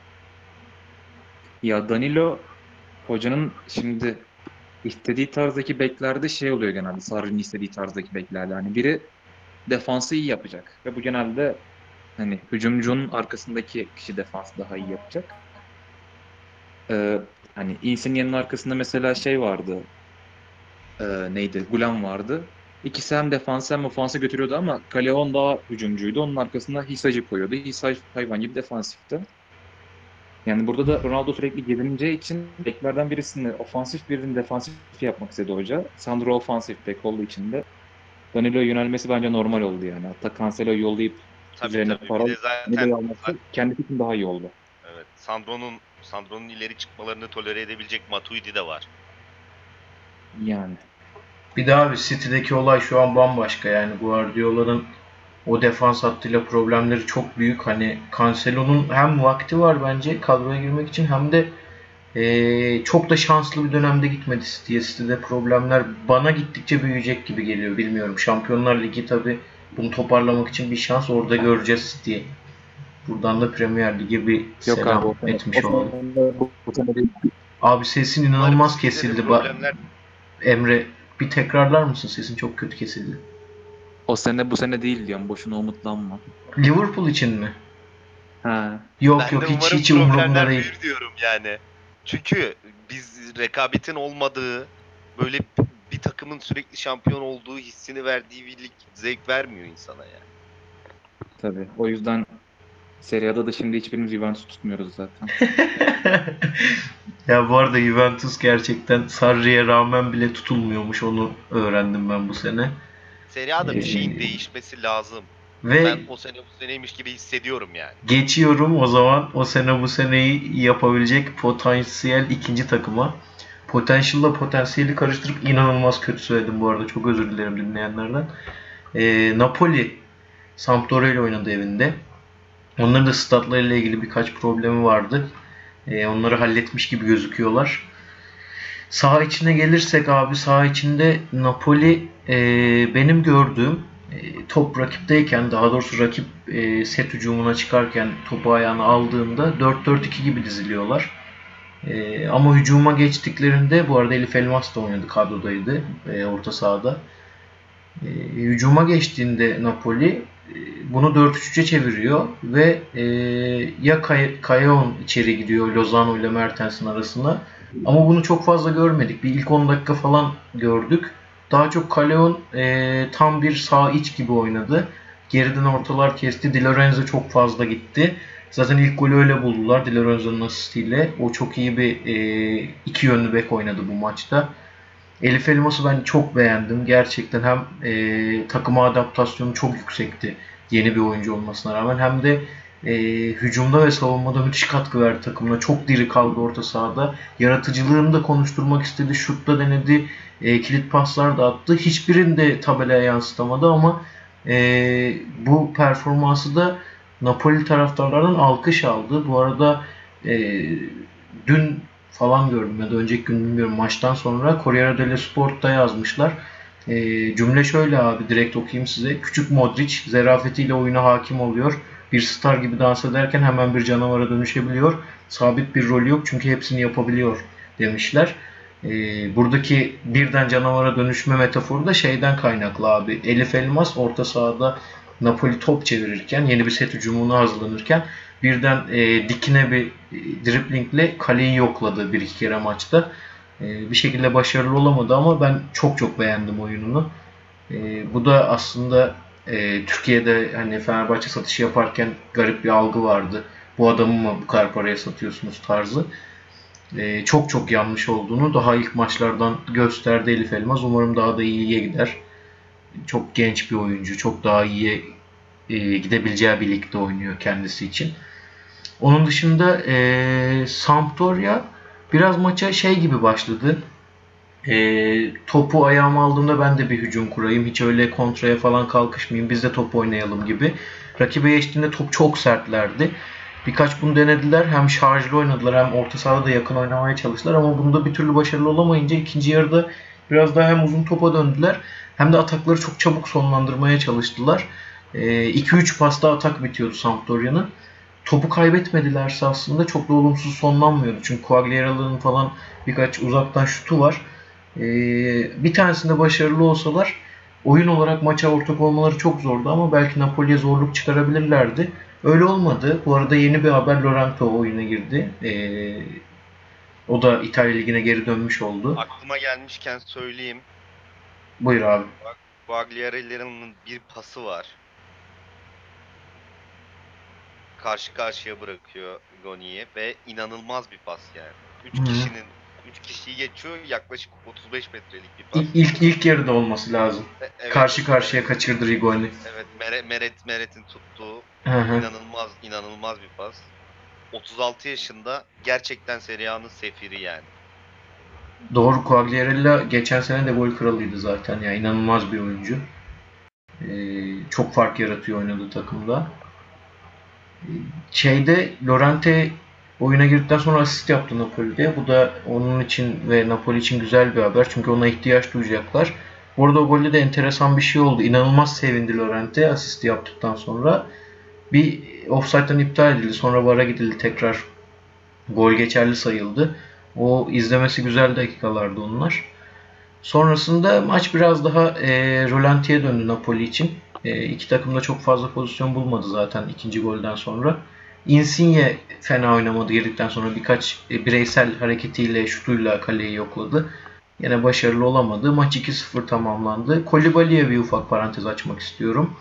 Speaker 3: Ya Danilo hocanın şimdi istediği tarzdaki beklerde şey oluyor genelde. Sarri'nin istediği tarzdaki beklerde. Hani biri defansı iyi yapacak. Ve bu genelde hani hücumcunun arkasındaki kişi defansı daha iyi yapacak. Ee, hani Insigne'nin arkasında mesela şey vardı. Neydi? Gulam vardı. İkisi hem defansı hem ofansı götürüyordu ama Callejon daha hücumcuydu. Onun arkasında Hisacı koyuyordu. Hisacı hayvan gibi defansifti. Yani burada da Ronaldo sürekli gelineceği için beklerden birisini ofansif birini defansif yapmak istedi hoca. Sandro ofansif bek olduğu için de Danilo'ya yönelmesi bence normal oldu yani. Hatta Cancelo'yu yollayıp
Speaker 2: Tabii
Speaker 3: üzerine
Speaker 2: tabii. Bir
Speaker 3: para
Speaker 2: de
Speaker 3: alıp Danilo'yu
Speaker 2: zaten
Speaker 3: alması kendisi için daha iyi oldu.
Speaker 2: evet Sandro'nun ileri çıkmalarını tolere edebilecek Matuidi de var.
Speaker 3: Yani.
Speaker 1: Bir daha bir City'deki olay şu an bambaşka yani Guardiola'nın o defans hattıyla problemleri çok büyük. Hani Cancelo'nun hem vakti var bence kadroya girmek için hem de çok da şanslı bir dönemde gitmedi City'ye. City'de problemler bana gittikçe büyüyecek gibi geliyor. Bilmiyorum. Şampiyonlar Ligi tabi bunu toparlamak için bir şans. Orada göreceğiz City'yi. Buradan da Premier Lig'e bir
Speaker 3: Yok abi
Speaker 1: selam
Speaker 3: o
Speaker 1: etmiş
Speaker 3: sene,
Speaker 1: olalım.
Speaker 3: bu sene değil.
Speaker 1: Abi sesin
Speaker 2: Umarım
Speaker 1: inanılmaz
Speaker 2: City'de de
Speaker 1: kesildi.
Speaker 2: problemler
Speaker 1: Emre bir tekrarlar mısın? Sesin çok kötü kesildi.
Speaker 3: O sene bu sene değil diyorum. Boşuna umutlanma.
Speaker 1: Liverpool için mi?
Speaker 3: Ha.
Speaker 1: Yok
Speaker 2: ben de
Speaker 1: yok hiç
Speaker 2: umarım
Speaker 1: hiç umurumda
Speaker 2: problemler
Speaker 1: değil.
Speaker 2: büyür diyorum yani. Çünkü biz rekabetin olmadığı böyle bir takımın sürekli şampiyon olduğu hissini verdiği bir lig zevk vermiyor insana ya.
Speaker 3: Tabii. O yüzden Serie A'da da şimdi hiçbirimiz Juventus tutmuyoruz zaten.
Speaker 1: Ya bu arada Juventus gerçekten Sarri'ye rağmen bile tutulmuyormuş. Onu öğrendim ben bu sene.
Speaker 2: Serie A'da bir
Speaker 1: Ee,
Speaker 2: şeyin değişmesi lazım. Ben
Speaker 1: ve
Speaker 2: o sene bu seneymiş gibi hissediyorum yani.
Speaker 1: geçiyorum o zaman o sene bu seneyi yapabilecek potansiyel ikinci takıma. Potential'la potansiyeli karıştırıp inanılmaz kötü söyledim bu arada. Çok özür dilerim dinleyenlerden. Napoli Sampdoria ile oynadı evinde. Onların da statlarıyla ilgili birkaç problemi vardı. Onları halletmiş gibi gözüküyorlar. Saha içine gelirsek abi, saha içinde Napoli benim gördüğüm top rakipteyken, daha doğrusu rakip set hücumuna çıkarken topu ayağına aldığında 4-4-2 gibi diziliyorlar. Ama hücuma geçtiklerinde, bu arada Elif Elmas da oynadı, kadrodaydı orta sahada. Hücuma geçtiğinde Napoli bunu 4-3-3'e çeviriyor ve ya Kayaon içeri gidiyor Lozano ile Mertens'in arasına. Ama bunu çok fazla görmedik. Bir ilk 10 dakika falan gördük. Daha çok Kayaon tam bir sağ iç gibi oynadı. Geriden ortalar kesti. Di Lorenzo çok fazla gitti. Zaten ilk golü öyle buldular, Di Lorenzo'nun asistiyle. O çok iyi bir iki yönlü bek oynadı bu maçta. Elif Elmas'ı ben çok beğendim. Gerçekten hem takıma adaptasyonu çok yüksekti, yeni bir oyuncu olmasına rağmen, hem de hücumda ve savunmada müthiş katkı verdi takımına. Çok diri kaldı orta sahada. Yaratıcılığını da konuşturmak istedi. Şut denedi. Kilit paslar da attı. Hiçbirini de tabelaya yansıtamadı ama bu performansı da Napoli taraftarlarından alkış aldı. Bu arada e, dün falan gördüm ya da önceki gün bilmiyorum, maçtan sonra Corriere dello Sport'ta yazmışlar. Cümle şöyle abi, direkt okuyayım size. Küçük Modric zerafetiyle oyuna hakim oluyor. Bir star gibi dans ederken hemen bir canavara dönüşebiliyor. Sabit bir rolü yok çünkü hepsini yapabiliyor demişler. Buradaki birden canavara dönüşme metaforu da şeyden kaynaklı abi. Elif Elmas orta sahada Napoli top çevirirken, yeni bir set hücumuna hazırlanırken birden dikine bir driblingle kaleyi yokladı bir iki kere maçta. Bir şekilde başarılı olamadı ama ben çok çok beğendim oyununu. Bu da aslında Türkiye'de hani Fenerbahçe satışı yaparken garip bir algı vardı. Bu adamı mı bu kadar paraya satıyorsunuz tarzı. Çok çok yanlış olduğunu daha ilk maçlardan gösterdi Elif Elmas. Umarım daha da iyiye gider. Çok genç bir oyuncu. Çok daha iyiye gidebileceği bir ligde oynuyor kendisi için. Onun dışında Sampdoria biraz maça şey gibi başladı. Topu ayağıma aldığımda ben de bir hücum kurayım. Hiç öyle kontraya falan kalkışmayayım. Biz de top oynayalım gibi. Rakibe geçtiğinde top çok sertlerdi. Birkaç bunu denediler. Hem şarjlı oynadılar hem orta sahada da yakın oynamaya çalıştılar. Ama bunda bir türlü başarılı olamayınca ikinci yarıda biraz daha hem uzun topa döndüler hem de atakları çok çabuk sonlandırmaya çalıştılar. 2-3 pasta atak bitiyordu Sampdoria'nın. Topu kaybetmedilerse aslında çok da olumsuz sonlanmıyordu. Çünkü Quagliarella'nın falan birkaç uzaktan şutu var. Bir tanesinde başarılı olsalar oyun olarak maça ortak olmaları çok zordu ama belki Napoli'ye zorluk çıkarabilirlerdi. Öyle olmadı. Bu arada yeni bir haber, Llorente oyuna girdi. O da İtalya Ligi'ne geri dönmüş oldu.
Speaker 2: Aklıma gelmişken söyleyeyim.
Speaker 1: Buyur abi.
Speaker 2: Quagliarella'nın bir pası var. Karşı karşıya bırakıyor Goni'yi ve inanılmaz bir pas yani. 3 kişiyi geçiyor, yaklaşık 35 metrelik bir pas.
Speaker 1: İlk yarıda olması lazım.
Speaker 2: Evet,
Speaker 1: Karşı karşıya kaçırdı Rigoni.
Speaker 2: Evet, Meret'in tuttuğu
Speaker 1: Hı.
Speaker 2: inanılmaz bir pas. 36 yaşında, gerçekten Serie A'nın sefiri yani.
Speaker 1: Doğru, Quagliarella geçen sene de gol kralıydı zaten. Yani inanılmaz bir oyuncu. Çok fark yaratıyor oynadığı takımda. Llorente oyuna girdikten sonra asist yaptı Napoli'de. Bu da onun için ve Napoli için güzel bir haber. Çünkü ona ihtiyaç duyacaklar. Bu arada o golde de enteresan bir şey oldu. İnanılmaz sevindi Llorente asisti yaptıktan sonra. Bir offside'dan iptal edildi. Sonra VAR'a gidildi tekrar. Gol geçerli sayıldı. O izlemesi güzel dakikalardı onlar. Sonrasında maç biraz daha rölantiye döndü Napoli için. İki takım da çok fazla pozisyon bulmadı zaten ikinci golden sonra. Insigne fena oynamadı, girdikten sonra birkaç bireysel hareketiyle, şutuyla kaleyi yokladı. Yine başarılı olamadı. Maç 2-0 tamamlandı. Koulibaly'e bir ufak parantez açmak istiyorum.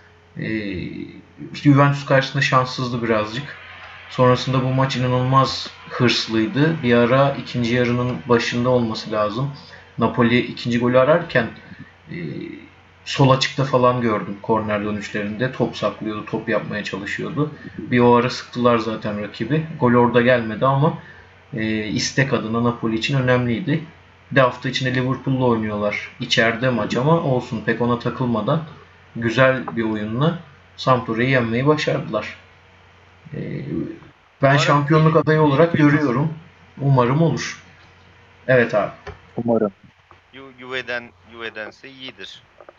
Speaker 1: Juventus karşısında şanssızdı birazcık. Sonrasında bu maç inanılmaz hırslıydı. Bir ara ikinci yarının başında olması lazım. Napoli ikinci golü ararken e, sol açıkta falan gördüm korner dönüşlerinde. Top saklıyordu, top yapmaya çalışıyordu. Bir o ara sıktılar zaten rakibi. Gol orada gelmedi ama istek adına Napoli için önemliydi. Bir de hafta içinde Liverpool'la oynuyorlar. İçeride maç ama olsun, pek ona takılmadan güzel bir oyunla Sampdoria'yı yenmeyi başardılar. Ben şampiyonluk adayı olarak görüyorum. Umarım olur. Evet abi.
Speaker 3: Umarım.
Speaker 2: Juve'dense iyidir.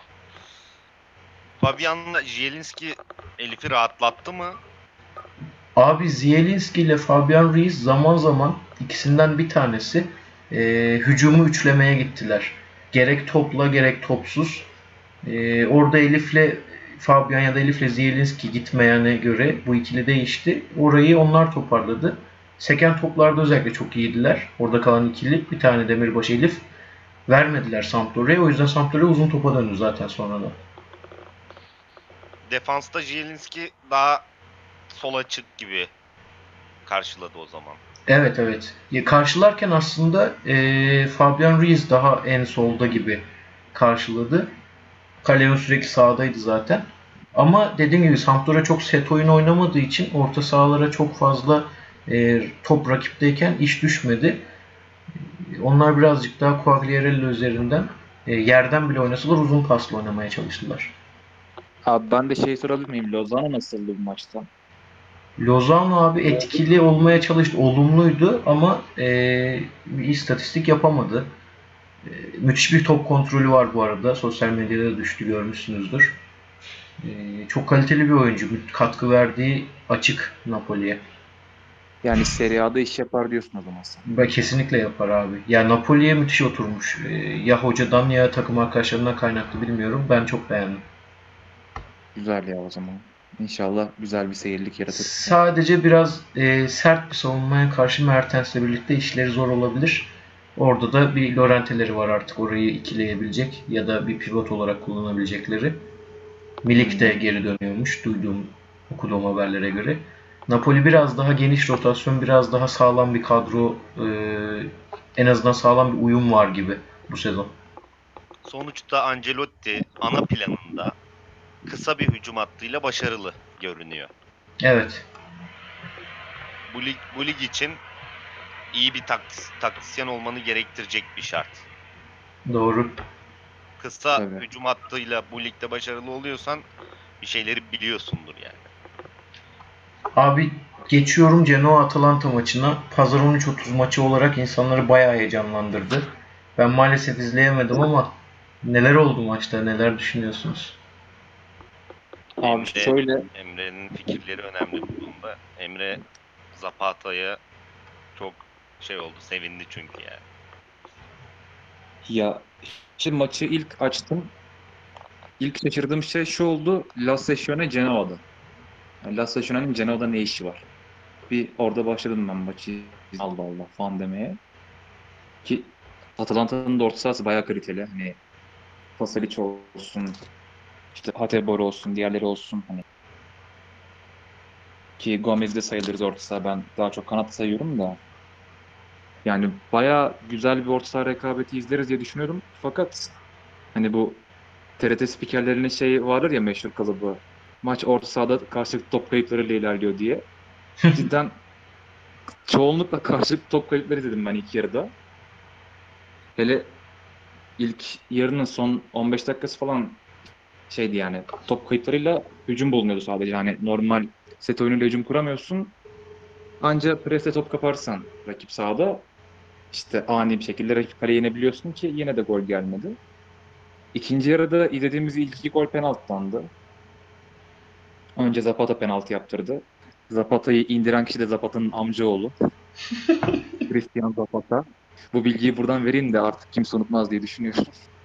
Speaker 2: Fabian'la Zielinski Elif'i rahatlattı mı?
Speaker 1: Abi Zielinski ile Fabian Ruiz zaman zaman ikisinden bir tanesi hücumu üçlemeye gittiler. Gerek topla gerek topsuz. Orada Elif'le Fabian ya da Elif'le Zielinski gitmeyene göre bu ikili değişti. Orayı onlar toparladı. Seken toplarda özellikle çok iyiydiler. Orada kalan ikili bir tane Demirbaş Elif vermediler Sampdoria'ya. O yüzden Sampdoria uzun topa döndü zaten sonradan.
Speaker 2: Defansta Zielinski daha sol açık gibi karşıladı o zaman.
Speaker 1: Evet evet. Karşılarken aslında Fabian Ruiz daha en solda gibi karşıladı. Kaleo sürekli sağdaydı zaten. Ama dediğim gibi Sampdoria çok set oyun oynamadığı için orta sahalara çok fazla top rakipteyken iş düşmedi. Onlar birazcık daha Quagliarella üzerinden yerden bile oynasalar uzun pasla oynamaya çalıştılar.
Speaker 3: Abi ben de şey sorabilir miyim? Lozano nasıldı bu maçta?
Speaker 1: Lozano abi etkili olmaya çalıştı. Olumluydu ama bir istatistik yapamadı. Müthiş bir top kontrolü var bu arada. Sosyal medyada da düştü görmüşsünüzdür. Çok kaliteli bir oyuncu. Katkı verdiği açık Napoli'ye.
Speaker 3: Yani Serie A'da iş yapar diyorsun o zaman sen.
Speaker 1: Kesinlikle yapar abi. Ya Napoli'ye müthiş oturmuş. Ya hocadan ya takım arkadaşlarından kaynaklı bilmiyorum. Ben çok beğendim.
Speaker 3: Güzel ya o zaman. İnşallah güzel bir seyirlik yaratır bize.
Speaker 1: Sadece biraz sert bir savunmaya karşı Mertens'le birlikte işleri zor olabilir. Orada da bir Llorente'leri var artık orayı ikileyebilecek ya da bir pivot olarak kullanabilecekleri. Milik de
Speaker 3: Hmm.
Speaker 1: geri dönüyormuş okuduğum haberlere göre. Napoli biraz daha geniş rotasyon, biraz daha sağlam bir kadro, en azından sağlam bir uyum var gibi bu sezon.
Speaker 2: Sonuçta Ancelotti ana planında kısa bir hücum hattıyla başarılı görünüyor.
Speaker 1: Evet,
Speaker 2: Bu lig için iyi bir taktisyen olmanı gerektirecek bir şart.
Speaker 1: doğru.
Speaker 2: Kısa
Speaker 3: Tabii.
Speaker 2: hücum hattıyla bu ligde başarılı oluyorsan bir şeyleri biliyorsundur yani.
Speaker 1: Abi geçiyorum Genoa Atalanta maçına. Pazar 13.30 maçı olarak insanları bayağı heyecanlandırdı. Ben maalesef izleyemedim ama neler oldu maçta, neler düşünüyorsunuz?
Speaker 3: Abi şöyle
Speaker 2: Emre'nin fikirleri önemli bu konuda. Emre Zapata'ya çok şey oldu, sevindi çünkü yani.
Speaker 3: ya şimdi maçı ilk açtım. İlk şaşırdığım şey şu oldu. La Sessione Genoa'da. Yani La Sessione'nin Genoa'da ne işi var? Bir orada başladım ben maçı. Allah Allah falan demeye. Ki Atalanta'nın da orta sahası bayağı kaliteli. Hani Pasalic olsun, işte Hateboer olsun, diğerleri olsun. Hani ki Gomez'i de sayılırız orta saha. Ben daha çok kanat sayıyorum da. Yani bayağı güzel bir orta saha rekabeti izleriz diye düşünüyorum. Fakat hani bu TRT spikerlerinin şey vardır ya meşhur kalıbı. Maç orta sahada karşılıklı top kayıplarıyla ilerliyor diye. Cidden çoğunlukla karşılıklı top kayıpları izledim ben ilk yarıda. Hele ilk yarının son 15 dakikası falan şeydi yani top kayıplarıyla hücum bulunuyordu sadece. Yani normal set oyunuyla hücum kuramıyorsun. Anca presle top kaparsan rakip sahada işte ani bir şekilde rakip kaleye inebiliyorsun ki yine de gol gelmedi. İkinci yarıda izlediğimiz ilk iki gol penaltıdandı. Önce Zapata penaltı yaptırdı. Zapata'yı indiren kişi de Zapata'nın amcaoğlu. Christian Zapata. Bu bilgiyi buradan vereyim de artık kimse unutmaz diye düşünüyorum.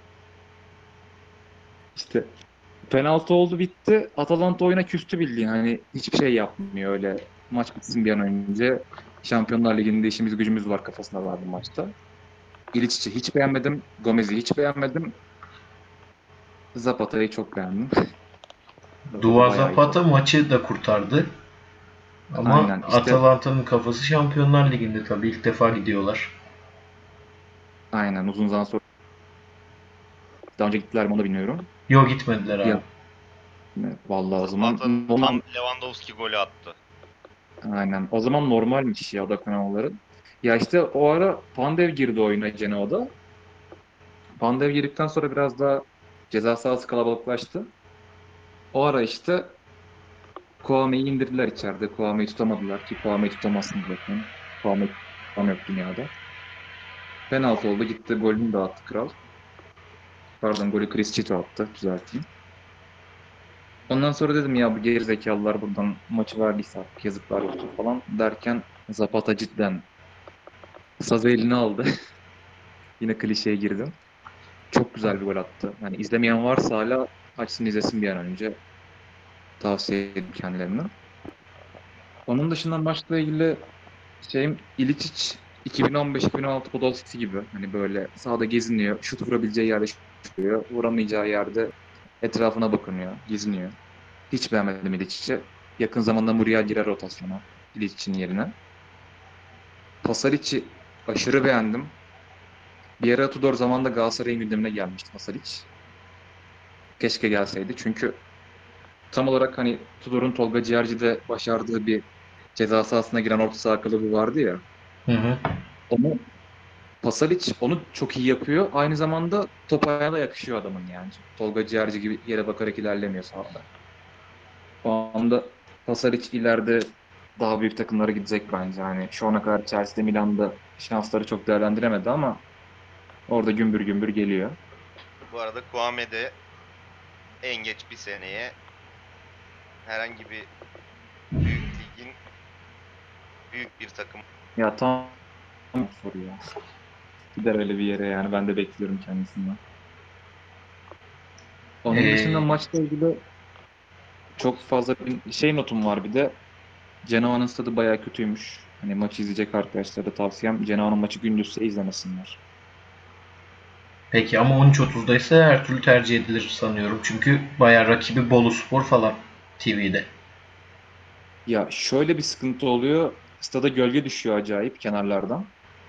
Speaker 3: İşte penaltı oldu bitti. Atalanta oyuna küstü bildiğin. Hani hiçbir şey yapmıyor öyle. Maç bitsin bir an önce. Şampiyonlar Ligi'nde işimiz gücümüz var kafasında vardı maçta. İliç'i hiç beğenmedim. Gomez'i hiç beğenmedim. Zapata'yı çok beğendim. Zapata
Speaker 1: Dua
Speaker 3: bayağı iyi top.
Speaker 1: Zapata maçı da kurtardı. Ama
Speaker 3: Aynen işte
Speaker 1: Atalanta'nın kafası Şampiyonlar Ligi'nde tabii ilk defa gidiyorlar.
Speaker 3: aynen uzun zaman sonra daha önce gittiler mi onu da bilmiyorum.
Speaker 1: Yok gitmediler
Speaker 3: Ya
Speaker 1: abi.
Speaker 3: vallahi o zaman
Speaker 2: Zapata'nın
Speaker 3: normal
Speaker 2: tam Lewandowski golü attı.
Speaker 3: aynen o zaman normalmiş ya odaklanmaları. Ya işte o ara Pandev girdi oyuna Genoa'da. Pandev girdikten sonra biraz daha ceza sahası kalabalıklaştı. O ara işte Kouamé'yi indirdiler içeride. Kouamé'yi tutamadılar ki Kouamé'yi tutamazsın zaten. Kouamé tutam yok dünyada. Penaltı oldu. Gitti golünü de attı kral. Pardon, golü Chris Chito attı. Düzelteyim. Ondan sonra dedim ya bu gerizekalılar buradan maçı verdiyse artık yazıklar olsun falan derken Zapata cidden sazı eline aldı. Yine klişeye girdim. Çok güzel bir gol attı. Yani izlemeyen varsa hala açsın izlesin bir an önce. Tavsiye ederim kendilerine. Onun dışında maçla ilgili şeyim İličić 2015-2016 Podolski gibi. Hani böyle sahada geziniyor. Şut vurabileceği yerde şut vuruyor. Vuramayacağı yerde etrafına bakınıyor. Geziniyor. Hiç beğenmedim İličić'i. Yakın zamanda Muriel girer rotasyona. İličić'in yerine. Pasalić'i aşırı beğendim. Bir ara Tudor zamanında Galatasaray'ın gündemine gelmişti Pasalić. Keşke gelseydi. Çünkü tam olarak hani Tudor'un Tolga Ciğerci'de başardığı bir ceza sahasına giren orta saha kalıbı vardı ya.
Speaker 1: Hı hı.
Speaker 3: Onu Pasalic onu çok iyi yapıyor. Aynı zamanda top ayağına yakışıyor adamın yani. Tolga Ciğerci gibi yere bakarak ilerlemiyor sahada. O anda Pasalic ileride daha büyük takımlara gidecek bence. Hani şu ana kadar Chelsea'de, Milan'da şansları çok değerlendiremedi ama orada gümbür gümbür geliyor.
Speaker 2: Bu arada Kouame de en geç bir seneye herhangi bir büyük ligin büyük bir takım.
Speaker 3: Ya tam soru ya. Gider öyle bir yere yani ben de bekliyorum kendisinden. Onun dışında
Speaker 1: Ee,
Speaker 3: maçla ilgili çok fazla bir şey notum var bir de. Cenova'nın stadı bayağı kötüymüş. Hani maçı izleyecek arkadaşlara da tavsiyem Cenova'nın maçı gündüzse izlemesinler.
Speaker 1: peki ama 13.30'daysa her türlü tercih edilir sanıyorum. Çünkü bayağı rakibi Boluspor falan TV'de.
Speaker 3: Ya şöyle bir sıkıntı oluyor. Stada gölge düşüyor acayip kenarlardan.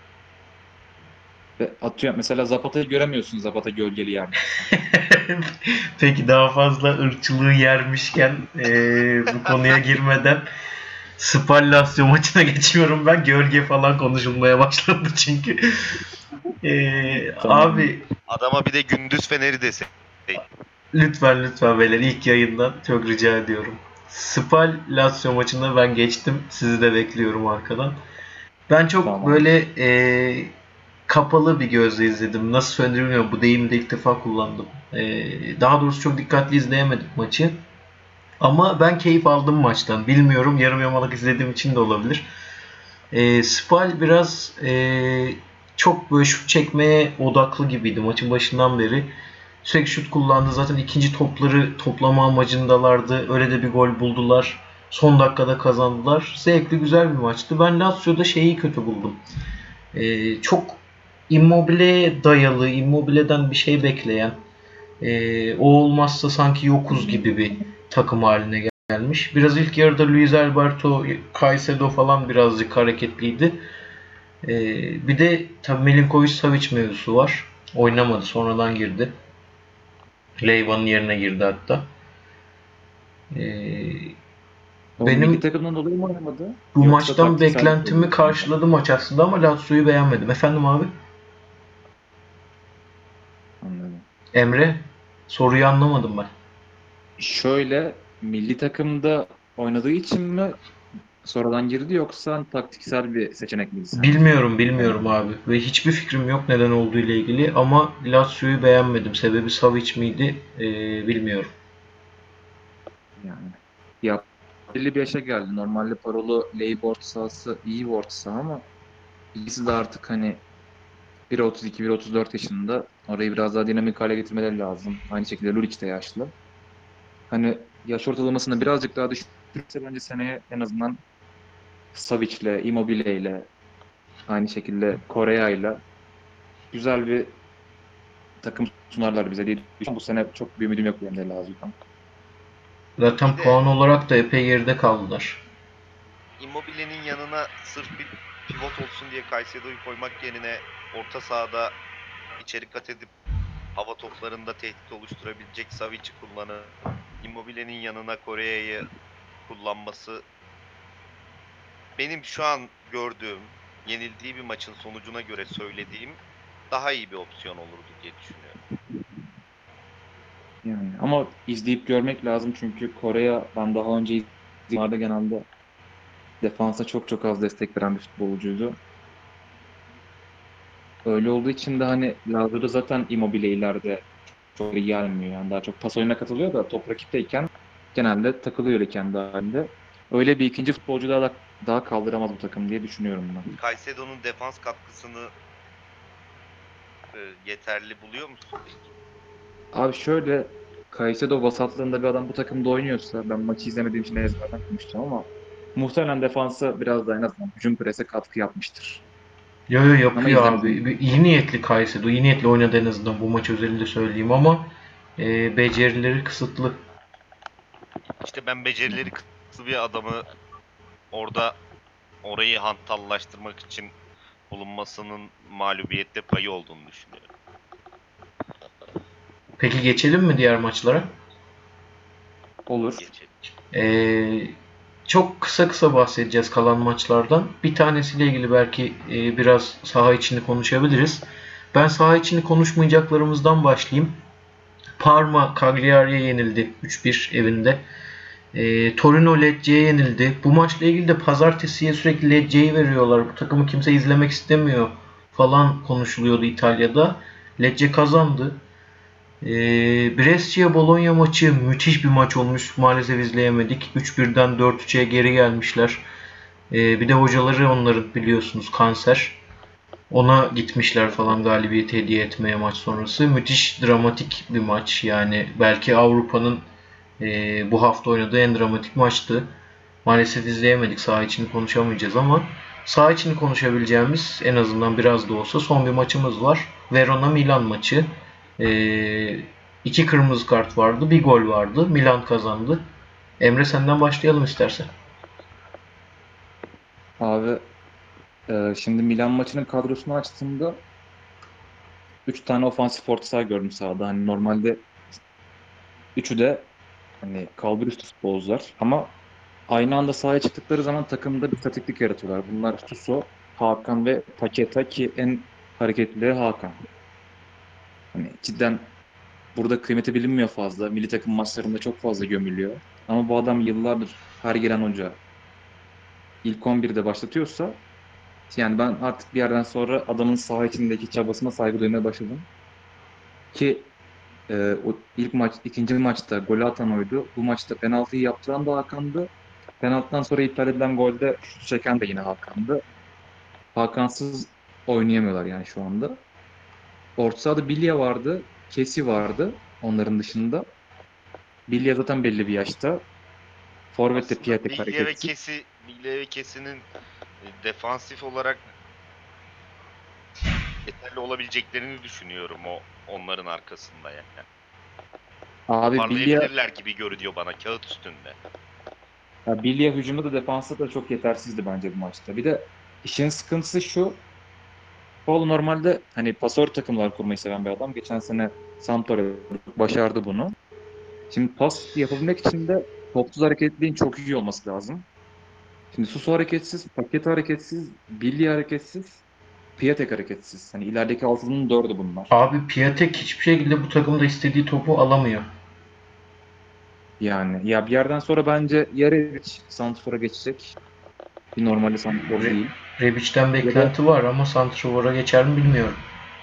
Speaker 3: Ve atıyor mesela Zapata'yı göremiyorsun Zapata gölgeli yerdeyse.
Speaker 1: Peki daha fazla ırkçılığı yermişken bu konuya girmeden Spal Lazio maçına geçiyorum ben. Gölge falan konuşulmaya başladı çünkü.
Speaker 3: Tamam.
Speaker 1: Abi
Speaker 2: Adama bir de gündüz feneri dese.
Speaker 1: lütfen lütfen beyler ilk yayından çok rica ediyorum. Spal Lazio maçında ben geçtim. Sizi de bekliyorum arkadan. Ben çok
Speaker 3: Tamam.
Speaker 1: böyle kapalı bir gözle izledim. Nasıl söylenir bilmiyorum. Bu deyimi de ilk defa kullandım. Daha doğrusu çok dikkatli izleyemedim maçı. Ama ben keyif aldım maçtan. Bilmiyorum yarım yamalak izlediğim için de olabilir. Spal biraz çok böyle şut çekmeye odaklı gibiydi maçın başından beri. Sürekli şut kullandı. Zaten ikinci topları toplama amacındalardı. Öyle de bir gol buldular. Son dakikada kazandılar. Zevkli güzel bir maçtı. Ben Lazio'da şeyi kötü buldum. Çok Immobile'ye dayalı, Immobile'den bir şey bekleyen, o olmazsa sanki yokuz gibi bir takım haline gelmiş. Biraz ilk yarıda Luis Alberto, Caicedo falan birazcık hareketliydi. Bir de tabii Milinkovic-Savic mevzusu var. Oynamadı, sonradan girdi. Leyva'nın yerine girdi hatta. Ee,
Speaker 3: O milli
Speaker 1: benim
Speaker 3: takımdan dolayı mı oynamadı?
Speaker 1: bu
Speaker 3: Yoksa
Speaker 1: maçtan
Speaker 3: taktiksel bir
Speaker 1: beklentimi
Speaker 3: problem mi?
Speaker 1: karşıladı maç aslında ama Lazio'yu beğenmedim. Efendim abi?
Speaker 3: Anladım.
Speaker 1: Emre? Soruyu anlamadım ben.
Speaker 3: Şöyle milli takımda oynadığı için mi sonradan girdi yoksa taktiksel bir seçenek miydi sence?
Speaker 1: Bilmiyorum abi. Ve hiçbir fikrim yok neden olduğu ile ilgili ama Lazio'yu beğenmedim. Sebebi Savic miydi? Bilmiyorum.
Speaker 3: Yani ya belli bir yaşa geldi. Normalde parolu Leybo orta sahası iyi bir orta saha ama ikisi de artık hani 1.32, 1.34 yaşında. Orayı biraz daha dinamik hale getirmeleri lazım. Aynı şekilde Lulic de yaşlı. Hani yaş ortalamasını birazcık daha düşürürse bence seneye en azından Savic'le, Immobile'yle aynı şekilde Correa'yla güzel bir takım sunarlar bize diye düşünüyorum. Bu sene çok bir ümidim yok benim de Lazio'dan.
Speaker 1: Zaten
Speaker 2: Bir de
Speaker 1: puan olarak da epey geride kaldılar.
Speaker 2: Immobile'nin yanına sırf bir pivot olsun diye Caicedo'yu koymak yerine orta sahada içeri kat edip hava toplarında tehdit oluşturabilecek Savic'i kullanıp Immobile'nin yanına Kore'yi kullanması benim şu an gördüğüm yenildiği bir maçın sonucuna göre söylediğim daha iyi bir opsiyon olurdu diye düşünüyorum.
Speaker 3: Yani ama izleyip görmek lazım çünkü Kore'ye ben daha önce izlediğimde genelde defansa çok çok az destek veren bir futbolcuydu. Öyle olduğu için de hani Lazio zaten Immobile ileride çok iyi gelmiyor. Yani daha çok pas oyununa katılıyor da top rakipteyken genelde takılıyor öyle kendi halinde. Öyle bir ikinci futbolcu daha kaldıramaz bu takım diye düşünüyorum ben.
Speaker 2: Caicedo'nun defans katkısını yeterli buluyor musun peki?
Speaker 3: Abi şöyle, Caicedo vasatlığında bir adam bu takımda oynuyorsa, ben maçı izlemediğim için ezberden konuşacağım ama muhtemelen defansa biraz da en azından hücum prese katkı yapmıştır.
Speaker 1: Yo yo
Speaker 3: Ama
Speaker 1: yapıyor
Speaker 3: izlemediğim
Speaker 1: abi. İyi niyetli Caicedo. İyi niyetli oynadı en azından bu maç özelinde söyleyeyim ama becerileri kısıtlı.
Speaker 2: İşte ben becerileri kısıtlı bir adamı orada orayı hantallaştırmak için bulunmasının mağlubiyette payı olduğunu düşünüyorum.
Speaker 1: Peki geçelim mi diğer maçlara?
Speaker 3: olur.
Speaker 2: Geçelim.
Speaker 1: E, Çok kısa kısa bahsedeceğiz kalan maçlardan. Bir tanesiyle ilgili belki biraz saha içini konuşabiliriz. Ben saha içini konuşmayacaklarımızdan başlayayım. Parma Cagliari'ye yenildi 3-1 evinde. Torino Lecce'ye yenildi. Bu maçla ilgili de pazartesiye sürekli Lecce'yi veriyorlar. Bu takımı kimse izlemek istemiyor falan konuşuluyordu İtalya'da. Lecce kazandı. Brescia Bologna maçı müthiş bir maç olmuş. Maalesef izleyemedik. 3-1'den 4-3'e geri gelmişler. Bir de hocaları onların biliyorsunuz kanser. Ona gitmişler falan galibiyeti hediye etmeye maç sonrası. Müthiş dramatik bir maç. Yani belki Avrupa'nın bu hafta oynadığı en dramatik maçtı. Maalesef izleyemedik. Saha içini konuşamayacağız ama saha içini konuşabileceğimiz en azından biraz da olsa son bir maçımız var. Verona Milan maçı. İki kırmızı kart vardı. Bir gol vardı. Milan kazandı. Emre senden başlayalım istersen.
Speaker 3: Abi şimdi Milan maçının kadrosunu açtığımda 3 tane ofansif orta saha gördüm sahada. Hani normalde üçü de hani kalbur üstü futbolcular ama aynı anda sahaya çıktıkları zaman takımda bir statiklik yaratıyorlar. Bunlar Suso, Hakan ve Paqueta ki en hareketlileri Hakan. Hani cidden burada kıymeti bilinmiyor fazla. Milli takım maçlarında çok fazla gömülüyor. Ama bu adam yıllardır her gelen hoca ilk 11'de başlatıyorsa yani ben artık bir yerden sonra adamın saha içindeki çabasına saygı duymaya başladım. Ki o ilk maç, ikinci maçta golü atan oydu. Bu maçta penaltıyı yaptıran da Hakan'dı. Penaltıdan sonra iptal edilen golde şut çeken de yine Hakan'dı. Hakansız oynayamıyorlar yani şu anda. Orta sahada Bilya vardı, Kesi vardı onların dışında. Bilya zaten belli bir yaşta. Forvet'te
Speaker 2: Aslında
Speaker 3: Piatek hareketsiz.
Speaker 2: Biglia ve Kesi'nin defansif olarak yeterli olabileceklerini düşünüyorum onların arkasında yani.
Speaker 3: Abi Bilya,
Speaker 2: Toparlayabilirler gibi görünüyor bana kağıt üstünde.
Speaker 3: ya Bilya hücumda da defansta da çok yetersizdi bence bu maçta. Bir de işin sıkıntısı şu. Paul normalde hani pasör takımlar kurmayı seven bir adam. Geçen sene Sampdoria başardı bunu. Şimdi pas yapabilmek için de topsuz hareketliliğin çok iyi olması lazım. Şimdi Suso hareketsiz, Paqueta hareketsiz, Billy hareketsiz, Piatek hareketsiz. Hani ilerideki altının dördü bunlar.
Speaker 1: Abi Piatek hiçbir şekilde bu takımda istediği topu alamıyor.
Speaker 3: Yani ya bir yerden sonra bence ya Rebic santrfora geçecek. Bir normalde santrfor
Speaker 1: Re
Speaker 3: değil.
Speaker 1: Rebic'ten
Speaker 3: Ya da
Speaker 1: beklenti var ama Santrafor'a geçer mi bilmiyorum.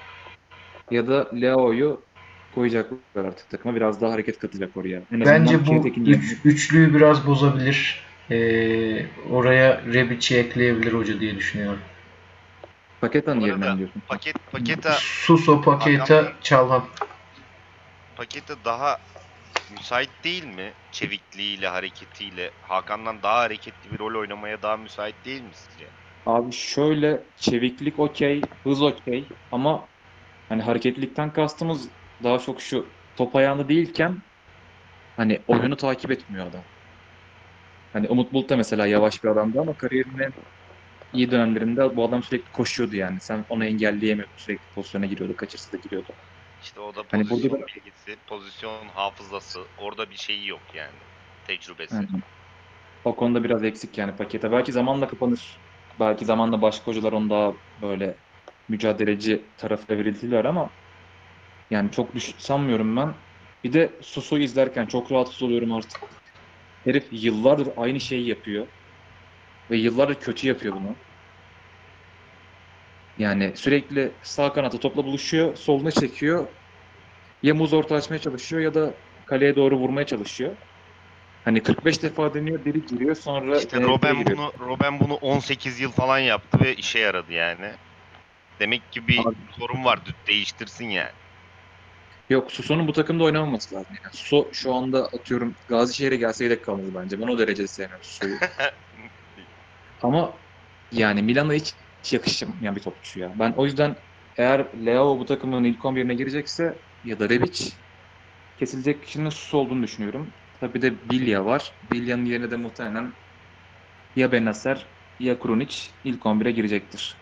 Speaker 3: Leao'yu koyacaklar artık takıma. Biraz daha hareket katacak oraya. En azından
Speaker 1: Bence bu
Speaker 3: Piatek'in yerine.
Speaker 1: üçlüyü biraz bozabilir. Oraya Rebic'i ekleyebilir hoca diye düşünüyorum.
Speaker 3: Paqueta'nın
Speaker 2: Bu
Speaker 3: yerine
Speaker 2: arada
Speaker 3: mi diyorsun?
Speaker 2: Paketa
Speaker 1: Suso, Paqueta,
Speaker 2: Hakan'dan
Speaker 1: Çalhan.
Speaker 2: Paketa daha müsait değil mi? Çevikliğiyle, hareketiyle. Hakan'dan daha hareketli bir rol oynamaya daha müsait değil mi sizce?
Speaker 3: Abi şöyle çeviklik okey, hız okey ama hani hareketlilikten kastımız daha çok şu top ayağında değilken hani oyunu takip etmiyor adam. Hani Umut Bulut da mesela yavaş bir adamdı ama kariyerinin en iyi dönemlerinde bu adam sürekli koşuyordu yani. Sen onu engelleyemiyordun. Sürekli pozisyona giriyordu. Kaçırsa da giriyordu.
Speaker 2: İşte o da
Speaker 3: Hani burada da
Speaker 2: pozisyon bilgisi, pozisyon hafızası. Orada bir şeyi yok yani. Tecrübesi.
Speaker 3: hani o konuda biraz eksik yani pakete. Belki zamanla kapanır. Belki zamanla başka hocalar onu daha böyle mücadeleci tarafa evrildiler ama yani çok sanmıyorum ben. Bir de Suso'yu izlerken çok rahatsız oluyorum artık. Herif yıllardır aynı şeyi yapıyor ve yıllardır kötü yapıyor bunu. Yani sürekli sağ kanata topla buluşuyor, soluna çekiyor. Ya muz orta açmaya çalışıyor ya da kaleye doğru vurmaya çalışıyor. Hani 45 defa deniyor, biri giriyor, sonra
Speaker 2: İşte
Speaker 3: denedikleri giriyor.
Speaker 2: Robben bunu 18 yıl falan yaptı ve işe yaradı yani. Demek ki bir
Speaker 3: Abi,
Speaker 2: sorun var. Değiştirsin yani.
Speaker 3: yok, Susso'nun bu takımda oynamaması lazım. Yani Susso şu anda atıyorum Gazişehir'e gelse yedek kalmalı bence. Ben o derece sevmiyorum Susso'yu. Ama yani Milan'a hiç yakışmayan bir topçu ya. Ben o yüzden eğer Leao bu takımın ilk 11'ine girecekse ya da Rebic, kesilecek kişinin Suso olduğunu düşünüyorum. Tabii de Bilya var. Bilya'nın yerine de muhtemelen ya Bennacer ya Krunic ilk 11'e girecektir.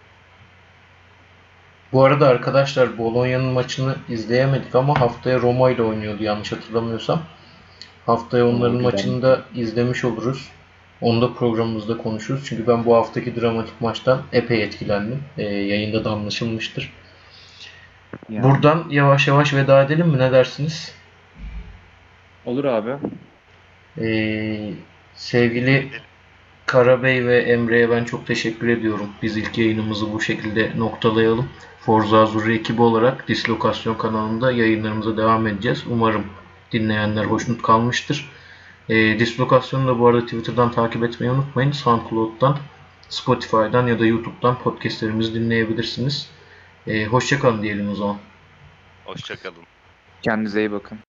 Speaker 1: Bu arada arkadaşlar Bologna'nın maçını izleyemedik ama haftaya Roma ile oynuyordu yanlış hatırlamıyorsam. Haftaya
Speaker 3: O
Speaker 1: onların
Speaker 3: güzel.
Speaker 1: maçını da izlemiş oluruz. Onu da programımızda konuşuruz. Çünkü ben bu haftaki dramatik maçtan epey etkilendim. Yayında da anlaşılmıştır.
Speaker 3: Yani
Speaker 1: Buradan yavaş yavaş veda edelim mi? Ne dersiniz?
Speaker 3: olur abi.
Speaker 1: Ee, Sevgili Karabey ve Emre'ye ben çok teşekkür ediyorum. Biz ilk yayınımızı bu şekilde noktalayalım. Forza Azuri ekibi olarak Dislokasyon kanalında yayınlarımıza devam edeceğiz. Umarım dinleyenler hoşnut kalmıştır. Dislokasyonu da bu arada Twitter'dan takip etmeyi unutmayın. SoundCloud'dan, Spotify'dan ya da YouTube'dan podcastlerimizi dinleyebilirsiniz. Hoşça kalın diyelim o zaman.
Speaker 2: Hoşça kalın.
Speaker 3: Kendinize iyi bakın.